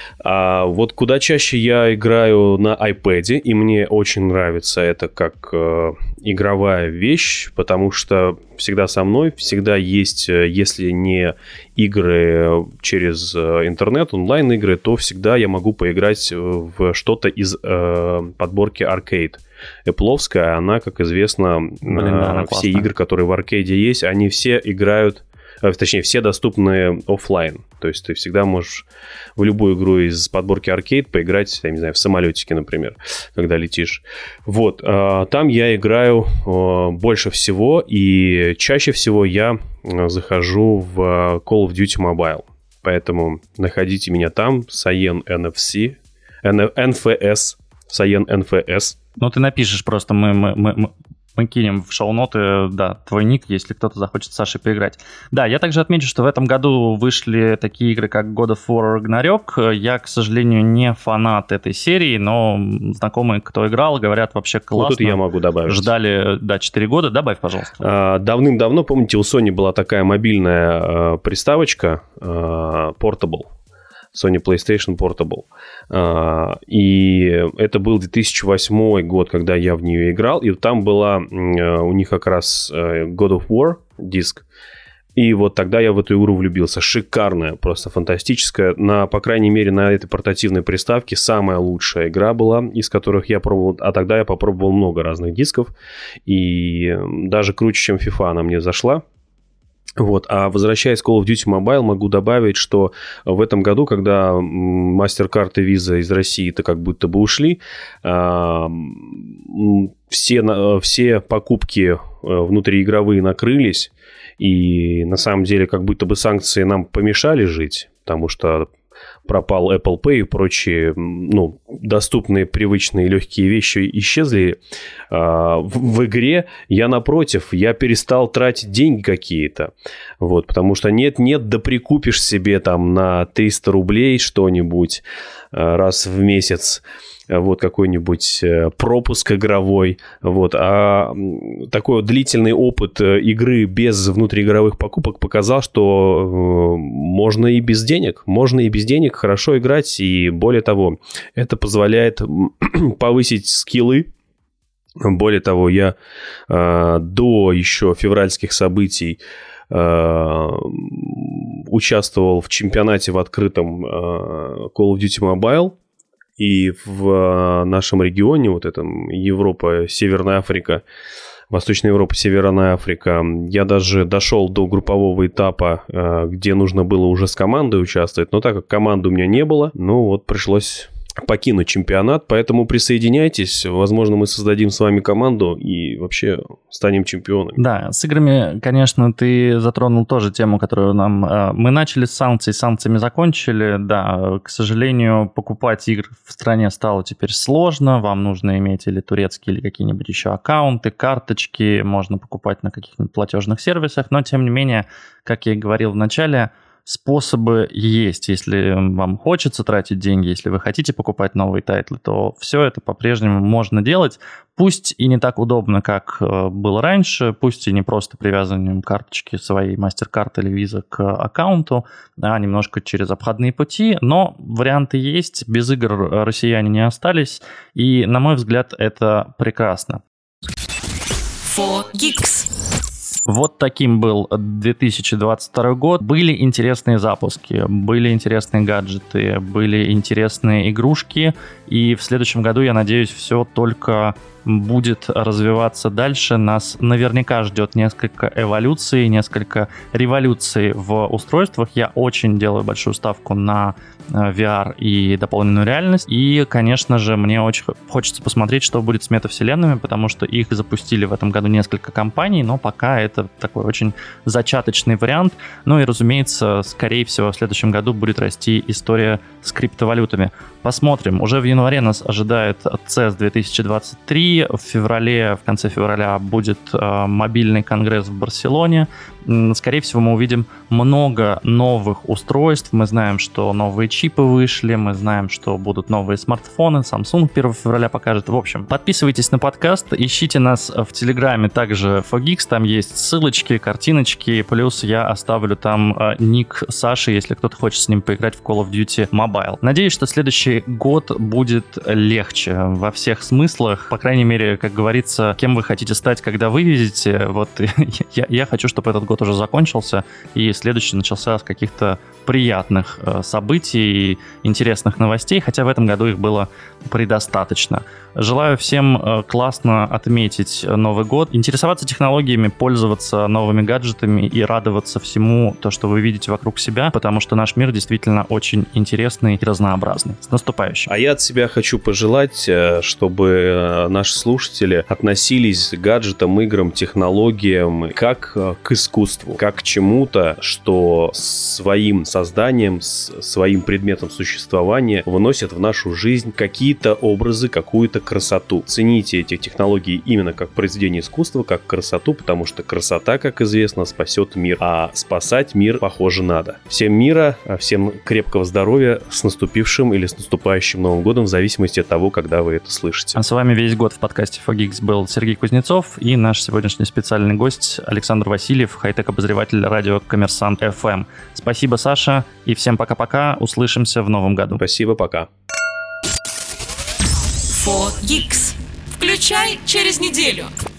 А вот куда чаще я играю на iPad, и мне очень нравится это как э, игровая вещь, потому что всегда со мной, всегда есть, если не игры через интернет, онлайн-игры, то всегда я могу поиграть в что-то из э, подборки Arcade. Apple-овская, она, как известно, Блин, да, все классная. Игры, которые в аркейде есть, они все играют, точнее, все доступны офлайн. То есть ты всегда можешь в любую игру из подборки аркейд поиграть, я не знаю, в самолетике, например, когда летишь. Вот, там я играю больше всего, и чаще всего я захожу в Call of Duty Mobile. Поэтому находите меня там, Sayen эн эф си, эн эф эс, Sayen эн эф эс. Ну, ты напишешь просто, мы, мы, мы, мы кинем в шоу-ноты, да, твой ник, если кто-то захочет с Сашей поиграть. Да, я также отмечу, что в этом году вышли такие игры, как God of War Ragnarok. Я, к сожалению, не фанат этой серии, но знакомые, кто играл, говорят, вообще классно. Вот тут я могу добавить. Ждали, да, четыре года. Добавь, пожалуйста. А, давным-давно, помните, у Sony была такая мобильная а, приставочка а, Portable. Sony PlayStation Portable. Uh, и это был две тысячи восьмой год, когда я в нее играл. И там была uh, у них как раз uh, God of War диск. И вот тогда я в эту игру влюбился. Шикарная, просто фантастическая. На, по крайней мере, на этой портативной приставке самая лучшая игра была, из которых я пробовал. А тогда я попробовал много разных дисков. И даже круче, чем FIFA, она мне зашла. Вот. А возвращаясь к Call of Duty Mobile, могу добавить, что в этом году, когда MasterCard и Visa из России-то как будто бы ушли, все, все покупки внутриигровые накрылись, и на самом деле как будто бы санкции нам помешали жить, потому что пропал Apple Pay и прочие, ну, доступные, привычные, легкие вещи исчезли. А, в, в игре я, напротив, я перестал тратить деньги какие-то. Вот, потому что нет-нет, да прикупишь себе там на триста рублей что-нибудь а, раз в месяц. Вот какой-нибудь пропуск игровой. Вот. А такой вот длительный опыт игры без внутриигровых покупок показал, что можно и без денег. Можно и без денег хорошо играть. И более того, это позволяет повысить скиллы. Более того, я э, до еще февральских событий э, участвовал в чемпионате в открытом э, Call of Duty Mobile. И в нашем регионе, вот этом Европа, Северная Африка, Восточная Европа, Северная Африка, я даже дошел до группового этапа, где нужно было уже с командой участвовать. Но так как команды у меня не было, ну вот пришлось покинуть чемпионат, поэтому присоединяйтесь, возможно, мы создадим с вами команду и вообще станем чемпионами. Да, с играми, конечно, ты затронул тоже тему, которую нам... Мы начали с санкций, санкциями закончили, да, к сожалению, покупать игры в стране стало теперь сложно, вам нужно иметь или турецкие, или какие-нибудь еще аккаунты, карточки, можно покупать на каких-нибудь платежных сервисах, но, тем не менее, как я и говорил в начале, способы есть. Если вам хочется тратить деньги, если вы хотите покупать новые тайтлы, то все это по-прежнему можно делать. Пусть и не так удобно, как было раньше, пусть и не просто привязыванием карточки своей MasterCard или Visa к аккаунту, а немножко через обходные пути, но варианты есть, без игр россияне не остались, и, на мой взгляд, это прекрасно. фор Geeks. Вот таким был две тысячи двадцать второй год. Были интересные запуски, были интересные гаджеты, были интересные игрушки. И в следующем году, я надеюсь, все только будет развиваться дальше. Нас наверняка ждет несколько эволюций, несколько революций в устройствах. Я очень делаю большую ставку на ви ар и дополненную реальность. И, конечно же, мне очень хочется посмотреть, что будет с метавселенными, потому что их запустили в этом году несколько компаний, но пока это такой очень зачаточный вариант. Ну и, разумеется, скорее всего, в следующем году будет расти история с криптовалютами. Посмотрим. Уже в январе нас ожидает си и эс две тысячи двадцать три. В феврале, в конце февраля будет э, мобильный конгресс в Барселоне. Скорее всего, мы увидим много новых устройств. Мы знаем, что новые чипы вышли, мы знаем, что будут новые смартфоны. Samsung первого февраля покажет. В общем, подписывайтесь на подкаст, ищите нас в Телеграме, также эф икс, там есть ссылочки, картиночки, плюс я оставлю там э, ник Саши, если кто-то хочет с ним поиграть в Call of Duty Mobile. Надеюсь, что следующий год будет легче во всех смыслах. По крайней мере, как говорится, кем вы хотите стать, когда вывезете. Вот я, я хочу, чтобы этот год уже закончился, и следующий начался с каких-то приятных э, событий и интересных новостей, хотя в этом году их было предостаточно. Желаю всем э, классно отметить Новый год, интересоваться технологиями, пользоваться новыми гаджетами и радоваться всему, то, что вы видите вокруг себя, потому что наш мир действительно очень интересный и разнообразный. С наступающим! А я от себя хочу пожелать, чтобы наши слушатели относились к гаджетам, играм, технологиям как к искусству, как к чему-то, что своим созданием, своим предметом существования выносит в нашу жизнь какие-то образы, какую-то красоту. Цените эти технологии именно как произведение искусства, как красоту, потому что красота, как известно, спасет мир, а спасать мир, похоже, надо. Всем мира, всем крепкого здоровья, с наступившим или с наступающим Новым годом, в зависимости от того, когда вы это слышите. А с вами весь год в подкасте эф икс был Сергей Кузнецов и наш сегодняшний специальный гость Александр Васильев, хай-тек-обозреватель радио Коммерсант эф эм. Спасибо, Саша, и всем пока-пока. Услышимся в новом году. Спасибо, пока. эф икс. Включай через неделю.